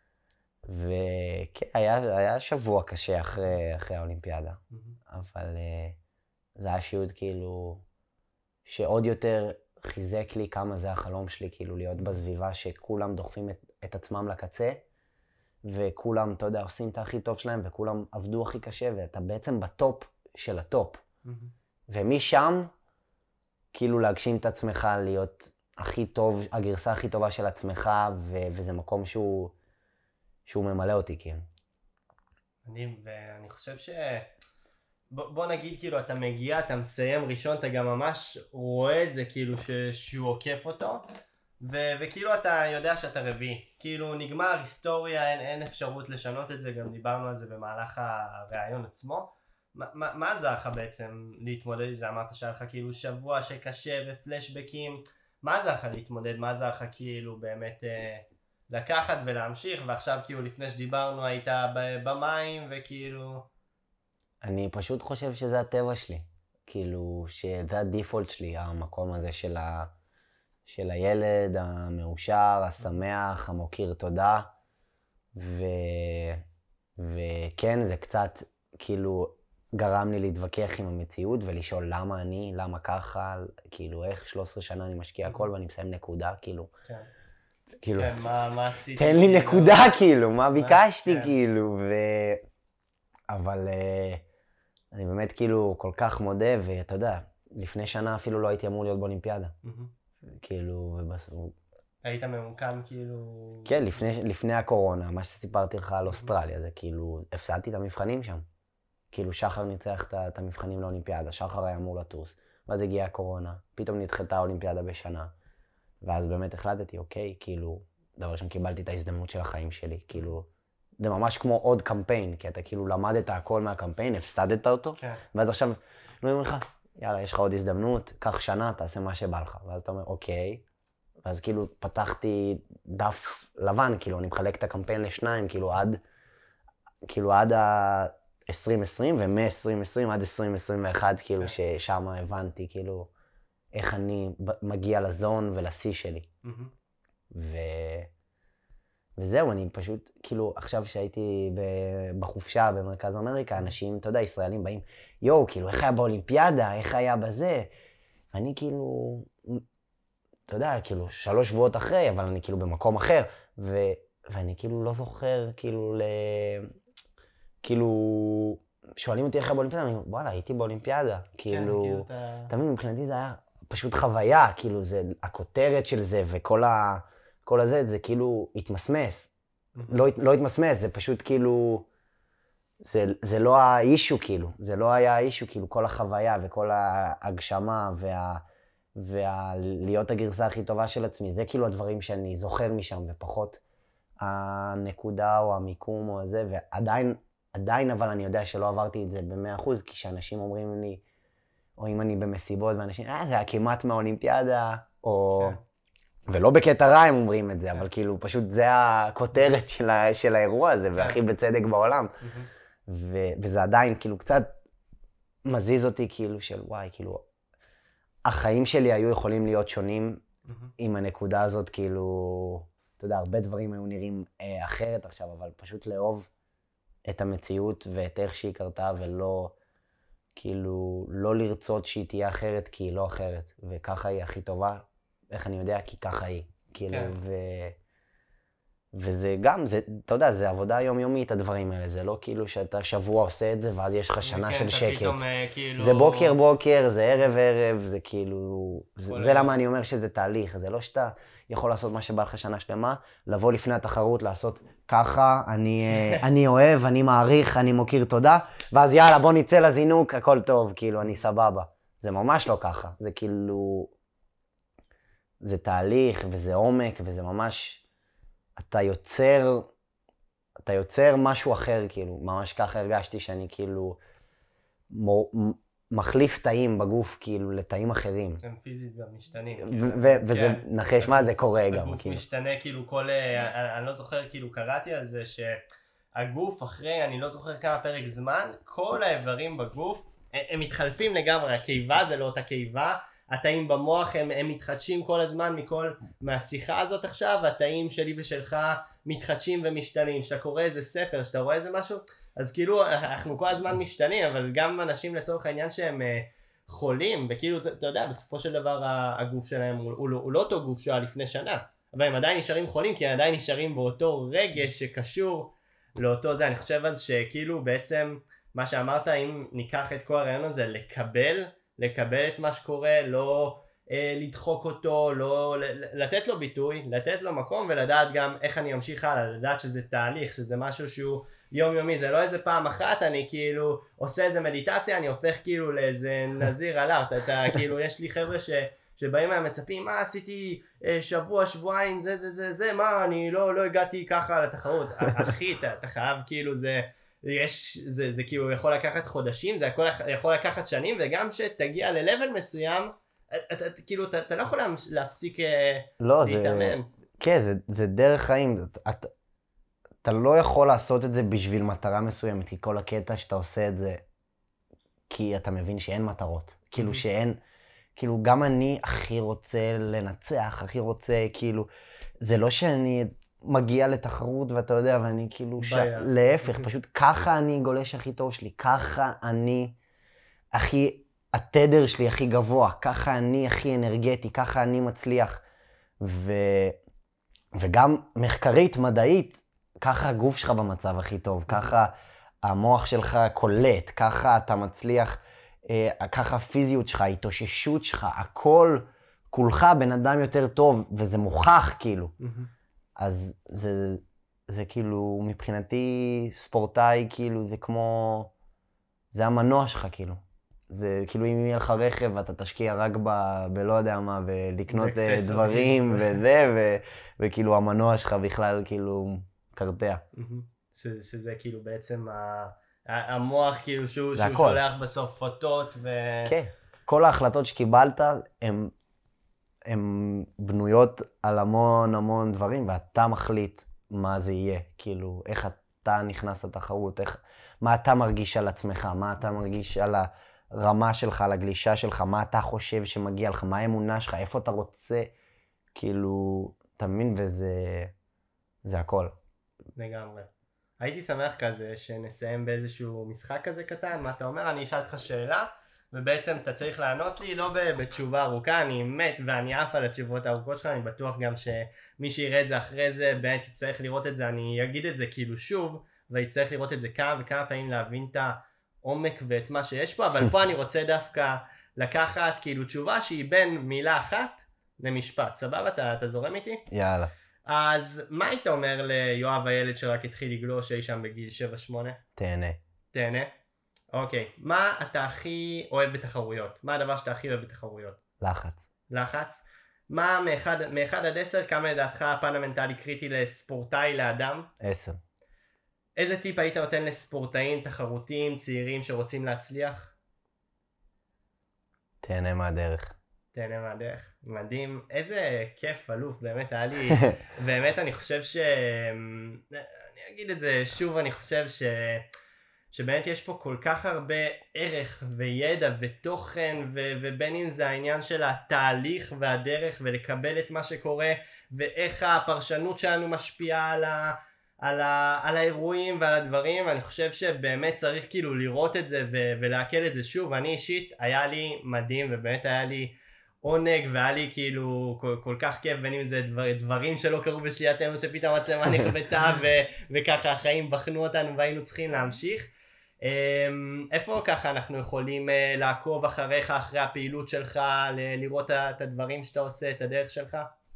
וכן, היה, היה שבוע קשה אחרי, אחרי האולימפיאדה, אבל זה היה שיעוד כאילו, שעוד יותר חיזק לי כמה זה החלום שלי, כאילו להיות בסביבה שכולם דוחפים את את עצמם לקצה, וכולם, אתה יודע, עושים את הכי טוב שלהם, וכולם עבדו הכי קשה, ואתה בעצם בטופ של הטופ. Mm-hmm. ומשם, כאילו להגשים את עצמך, להיות הכי טוב, הגרסה הכי טובה של עצמך, ו- וזה מקום שהוא, שהוא ממלא אותי, כן. מדהים, ואני חושב ש... בוא, בוא נגיד, כאילו, אתה מגיע, אתה מסיים ראשון, אתה גם ממש רואה את זה, כאילו, ש... שהוא עוקף אותו, ו- וכאילו אתה יודע שאתה רביעי, כאילו נגמר היסטוריה, אין, אין אפשרות לשנות את זה, גם דיברנו על זה במהלך הרעיון עצמו. ما, מה, מה עזר לך בעצם להתמודד עם זה? אמרת שהיה לך כאילו שבוע שקשה ופלשבקים, מה עזר לך להתמודד? מה עזר לך כאילו באמת אה, לקחת ולהמשיך, ועכשיו כאילו לפני שדיברנו היית במים וכאילו... אני פשוט חושב שזה הטבע שלי, כאילו שזה הדיפולט שלי, המקום הזה של ה... של הילד המאושר, השמח, המוקיר תודה, ו... וכן, זה קצת כאילו גרם לי להתווכח עם המציאות ולשאול למה אני, למה ככה, כאילו איך שלוש עשרה שנה אני משקיע הכל ואני מסיים נקודה, כאילו. כן. כאילו, כן, מה, מה עשיתי? תן לי נקודה, כאילו, מה ביקשתי, כאילו, ו... אבל אני באמת כאילו כל כך מודה, ואתה יודע, לפני שנה אפילו לא הייתי אמור להיות באולימפיאדה. כאילו, ובס... היית ממוקם כאילו... כן, לפני, לפני הקורונה, מה שסיפרתי לך על אוסטרליה, זה כאילו, הפסדתי את המבחנים שם. כאילו, שחר ניצח את המבחנים לאולימפיאדה, שחר היה אמור לטוס, ואז הגיעה הקורונה, פתאום נדחתה האולימפיאדה בשנה, ואז באמת החלטתי, אוקיי, כאילו, דבר ראשון קיבלתי את ההזדמנות של החיים שלי, כאילו, זה ממש כמו עוד קמפיין, כי אתה כאילו למדת הכל מהקמפיין, הפסדת אותו, כן. ואז עכשיו, לא אומר לך, יאללה, יש לך עוד הזדמנות, קח שנה, תעשה מה שבא לך. ואז אתה אומר, אוקיי. ואז כאילו פתחתי דף לבן, כאילו, אני מחלק את הקמפיין לשניים, כאילו, עד, כאילו, עד ה-עשרים עשרים, ומ-עשרים עשרים עד עשרים עשרים ואחת, כאילו, ששם הבנתי, כאילו, איך אני מגיע לזון ולשיא שלי. ו... וזהו, אני פשוט, כאילו, עכשיו שהייתי בחופשה במרכז אמריקה, אנשים, אתה יודע, ישראלים באים, יואו, כאילו, איך היה באולימפיאדה, איך היה בזה? ואני כאילו, אתה יודע, כאילו, שלוש שבועות אחרי, אבל אני כאילו במקום אחר, ו... ואני כאילו לא זוכר, כאילו, ל... כאילו, שואלים אותי איך היה באולימפיאדה, אני אומר, וואלה, הייתי באולימפיאדה, כאילו, אתה מבין, מבחינתי זה היה פשוט חוויה, כאילו, זה, הכותרת של זה, וכל ה... כל הזה, זה כאילו התמסמס. לא, לא התמסמס, זה פשוט כאילו... זה, זה לא האישו, כאילו. זה לא היה האישו, כאילו, כל החוויה וכל ההגשמה וה... וה... להיות הגרסה הכי טובה של עצמי. זה כאילו הדברים שאני זוכר משם, ופחות הנקודה או המיקום או הזה, ועדיין עדיין אבל אני יודע שלא עברתי את זה ב-מאה אחוז, כי שאנשים אומרים לי, או אם אני במסיבות ואנשים, אה, זה היה כמעט מהאולימפיאדה, או... כן. ולא בקטע רע הם אומרים את זה, כן. אבל כאילו פשוט זה הכותרת של, ה... של האירוע הזה, כן. והכי בצדק בעולם. ו... וזה עדיין כאילו קצת מזיז אותי כאילו של וואי, כאילו, החיים שלי היו יכולים להיות שונים עם הנקודה הזאת, כאילו, אתה יודע, הרבה דברים היו נראים אה, אחרת עכשיו, אבל פשוט לאהוב את המציאות ואת איך שהיא קרתה, ולא, כאילו, לא לרצות שהיא תהיה אחרת, כי היא לא אחרת, וככה היא הכי טובה, איך אני יודע? כי ככה היא, כאילו, כן. ו... וזה גם, זה, אתה יודע, זה עבודה יומיומית, הדברים האלה, זה לא כאילו שאתה שבוע עושה את זה, ואז יש לך שנה של שקט. פתאום, כאילו... זה בוקר בוקר, זה ערב ערב, זה כאילו... זה, זה למה אני אומר שזה תהליך, זה לא שאתה יכול לעשות מה שבא לך שנה שלמה, לבוא לפני התחרות, לעשות ככה, אני, אני אוהב, אני מעריך, אני מוקיר תודה, ואז יאללה, בוא נצא לזינוק, הכל טוב, כאילו, אני סבבה. זה ממש לא ככה, זה כאילו... זה תהליך, וזה עומק, וזה ממש... אתה יוצר, אתה יוצר משהו אחר, כאילו, ממש ככה הרגשתי שאני כאילו מחליף תאים בגוף, כאילו, לתאים אחרים. הם פיזית גם משתנים. וזה, נחש מה, זה קורה גם. הגוף משתנה, כאילו, כל, אני לא זוכר, כאילו, קראתי על זה שהגוף אחרי, אני לא זוכר כמה פרק זמן, כל האיברים בגוף, הם מתחלפים לגמרי, הקיבה זה לא אותה קיבה, התאים במוח הם, הם מתחדשים כל הזמן מכל, מהשיחה הזאת עכשיו, והתאים שלי ושלך מתחדשים ומשתנים. שאתה קורא איזה ספר, שאתה רואה איזה משהו, אז כאילו אנחנו כל הזמן משתנים, אבל גם אנשים לצורך העניין שהם uh, חולים, וכאילו אתה יודע, בסופו של דבר הגוף שלהם הוא, הוא, הוא לא אותו גוף שהיה לפני שנה, אבל הם עדיין נשארים חולים, כי הם עדיין נשארים באותו רגש שקשור לאותו זה. אני חושב אז שכאילו בעצם מה שאמרת, אם ניקח את כל הרעיון הזה, לקבל, לקבל את מה שקורה, לא אה, לדחוק אותו, לא לתת לו ביטוי, לתת לו מקום ולדעת גם איך אני אמשיך הלאה, לדעת שזה תהליך, שזה משהו שהוא יומיומי, זה לא איזה פעם אחת, אני כאילו עושה איזה מדיטציה, אני הופך כאילו לאיזה נזיר אלארט, אתה כאילו, יש לי חבר'ה ש... שבאים מהם מצפים, מה עשיתי אה, שבוע, שבועיים, זה, זה, זה, זה, מה, אני לא, לא הגעתי ככה לתחרות, אחי, אתה, אתה חייב כאילו זה... יש, זה, זה כאילו יכול לקחת חודשים, זה יכול, יכול לקחת שנים, וגם שתגיע ל-level מסוים, אתה, אתה, כאילו, אתה, אתה לא יכול להפסיק לא, להתאמן. זה, כן, זה, זה דרך חיים. אתה, אתה לא יכול לעשות את זה בשביל מטרה מסוימת, כי כל הקטע שאתה עושה את זה, כי אתה מבין שאין מטרות. כאילו שאין, כאילו גם אני הכי רוצה לנצח, הכי רוצה, כאילו, זה לא שאני... מגיע לתחרות ואתה יודע, ואני כאילו, ש... להפך, פשוט ככה אני גולש הכי טוב שלי, ככה אני הכי, התדר שלי הכי גבוה, ככה אני הכי אנרגטי, ככה אני מצליח. ו... וגם מחקרית, מדעית, ככה הגוף שלך במצב הכי טוב, ככה המוח שלך קולט, ככה אתה מצליח, אה, ככה הפיזיות שלך, ההתאוששות שלך, הכל, כולך בן אדם יותר טוב, וזה מוכח כאילו. אז זה, זה כאילו, מבחינתי ספורטאי, כאילו, זה כמו, זה המנוע שלך, כאילו. זה כאילו, אם יהיה לך רכב, אתה תשקיע רק ב, בלא יודע מה, ולקנות דברים וזה, ו, וכאילו, המנוע שלך בכלל, כאילו, קרטע. שזה כאילו בעצם המוח, כאילו, שהוא שולח בסוף פוטות ו... כן, כל ההחלטות שקיבלת, הן... הן בנויות על המון המון דברים, ואתה מחליט מה זה יהיה, כאילו, איך אתה נכנס לתחרות, איך, מה אתה מרגיש על עצמך, מה אתה מרגיש על הרמה שלך, על הגלישה שלך, מה אתה חושב שמגיע לך, מה האמונה שלך, איפה אתה רוצה, כאילו, אתה מבין, וזה, זה הכל. לגמרי. הייתי שמח כזה שנסיים באיזשהו משחק כזה קטן, מה אתה אומר? אני אשאל אותך שאלה, ובעצם אתה צריך לענות לי, לא בתשובה ארוכה, אני מת ואני עף על התשובות הארוכות שלך, אני בטוח גם שמי שיראה את זה אחרי זה, באמת יצטרך לראות את זה, אני אגיד את זה כאילו שוב, ויצטרך לראות את זה כמה וכמה פעמים להבין את העומק ואת מה שיש פה, אבל פה אני רוצה דווקא לקחת כאילו תשובה שהיא בין מילה אחת למשפט, סבבה? אתה, אתה זורם איתי? יאללה. אז מה היית אומר ליואב הילד שרק התחיל לגלוש אי שם בגיל שבע שמונה? תהנה. תהנה. אוקיי, מה אתה הכי אוהב בתחרויות? מה הדבר שאתה הכי אוהב בתחרויות? לחץ. לחץ? מה מאחד עד עשר, כמה לדעתך הפן המנטלי קריטי לספורטאי לאדם? עשר. איזה טיפ היית נותן לספורטאים, תחרותיים, צעירים שרוצים להצליח? תהנה מהדרך. תהנה מהדרך. מדהים. איזה כיף, אלוף. באמת היה לי... באמת אני חושב ש... אני אגיד את זה שוב, אני חושב ש... שבאמת יש פה כל כך הרבה ערך וידע ותוכן, ו... ובין אם זה העניין של התהליך והדרך ולקבל את מה שקורה, ואיך הפרשנות שלנו משפיעה על ה... על, ה, על האירועים ועל הדברים, ואני חושב שבאמת צריך כאילו לראות את זה ו, ולהקל את זה שוב. אני אישית היה לי מדהים ובאמת היה לי עונג והיה לי כאילו כל, כל כך כיף, בין אם זה דבר, דברים שלא קרו בשייתנו שפתאום מצלמה נכבדה ו, וככה החיים בחנו אותנו והיינו צריכים להמשיך. איפה ככה אנחנו יכולים לעקוב אחריך, אחרי הפעילות שלך, ל, לראות את הדברים שאתה עושה, את הדרך שלך?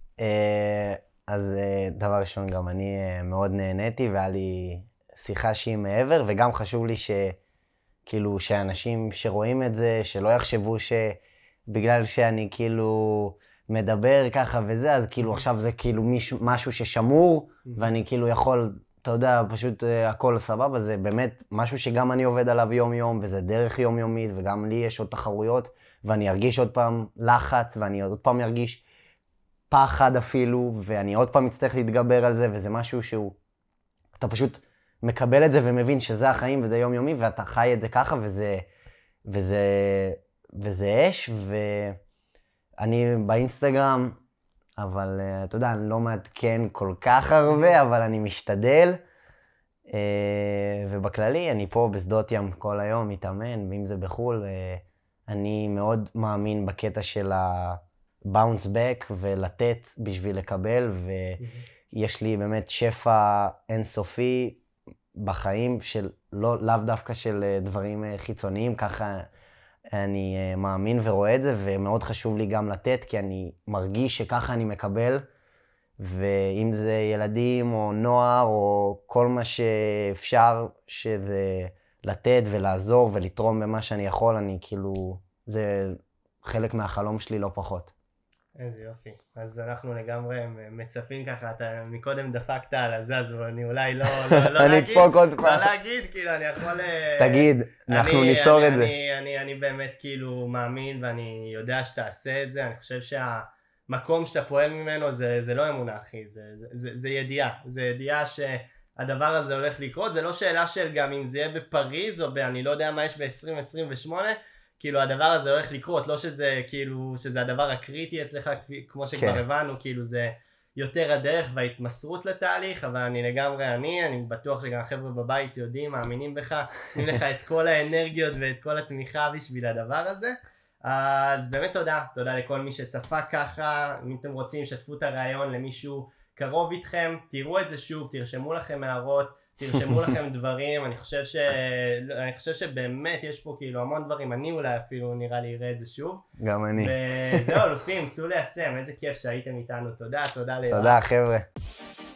אז דבר ראשון, גם אני מאוד נהניתי, והיה לי שיחה שהיא מעבר, וגם חשוב לי שכאילו שאנשים שרואים את זה, שלא יחשבו שבגלל שאני כאילו מדבר ככה וזה, אז כאילו עכשיו זה כאילו מישהו, משהו ששמור, ואני כאילו יכול, אתה יודע, פשוט הכל סבבה, זה באמת משהו שגם אני עובד עליו יום יום, וזה דרך יום יומית, וגם לי יש עוד תחרויות, ואני ארגיש עוד פעם לחץ, ואני עוד פעם ארגיש פחד אפילו, ואני עוד פעם אצטרך להתגבר על זה, וזה משהו שהוא, אתה פשוט מקבל את זה ומבין שזה החיים וזה יומיומי, ואתה חי את זה ככה, וזה, וזה, וזה אש, ואני באינסטגרם, אבל אתה יודע, אני לא מעדכן כל כך הרבה, אבל אני משתדל, ובכללי אני פה בשדות ים כל היום, מתאמן, ואם זה בחול, אני מאוד מאמין בקטע של ה... bounce back ולתת בשביל לקבל, ויש לי באמת שפע אינסופי בחיים של לא, לאו דווקא של דברים חיצוניים, ככה אני מאמין ורואה את זה, ומאוד חשוב לי גם לתת, כי אני מרגיש שככה אני מקבל, ואם זה ילדים או נוער או כל מה שאפשר, שזה לתת ולעזור ולתרום במה שאני יכול, אני כאילו, זה חלק מהחלום שלי לא פחות. איזה יופי. אז אנחנו לגמרי מצפים ככה, אתה מקודם דפקת על הזה, אז אני אולי לא, לא, לא אני להגיד, אדפוק עוד פעם. לא להגיד, כאילו אני יכול... תגיד, אנחנו אני, ניצור אני, את זה. אני, אני, אני באמת כאילו מאמין ואני יודע שתעשה את זה, אני חושב שהמקום שאתה פועל ממנו זה, זה לא אמונה אחי, זה, זה, זה, זה ידיעה, זה ידיעה שהדבר הזה הולך לקרות, זה לא שאלה של גם אם זה יהיה בפריז או אני לא יודע מה יש ב-עשרים עשרים ושמונה, כאילו הדבר הזה הולך לקרות, לא שזה כאילו, שזה הדבר הקריטי אצלך, כמו שכבר הבנו, כאילו זה יותר הדרך וההתמסרות לתהליך, אבל אני לגמרי אני, אני בטוח שגם החבר'ה בבית יודעים, מאמינים בך, נותנים לך את כל האנרגיות ואת כל התמיכה בשביל הדבר הזה. אז באמת תודה, תודה לכל מי שצפה ככה, אם אתם רוצים שתפו את הרעיון למישהו קרוב איתכם, תראו את זה שוב, תרשמו לכם הערות, תרשמו לכם דברים, אני חושב ש... אני חושב שבאמת יש פה כאילו המון דברים, אני אולי אפילו נראה לי אראה את זה שוב. גם אני. וזהו, אלופים, צאו ליישם, איזה כיף שהייתם איתנו, תודה, תודה ליואב. תודה חבר'ה.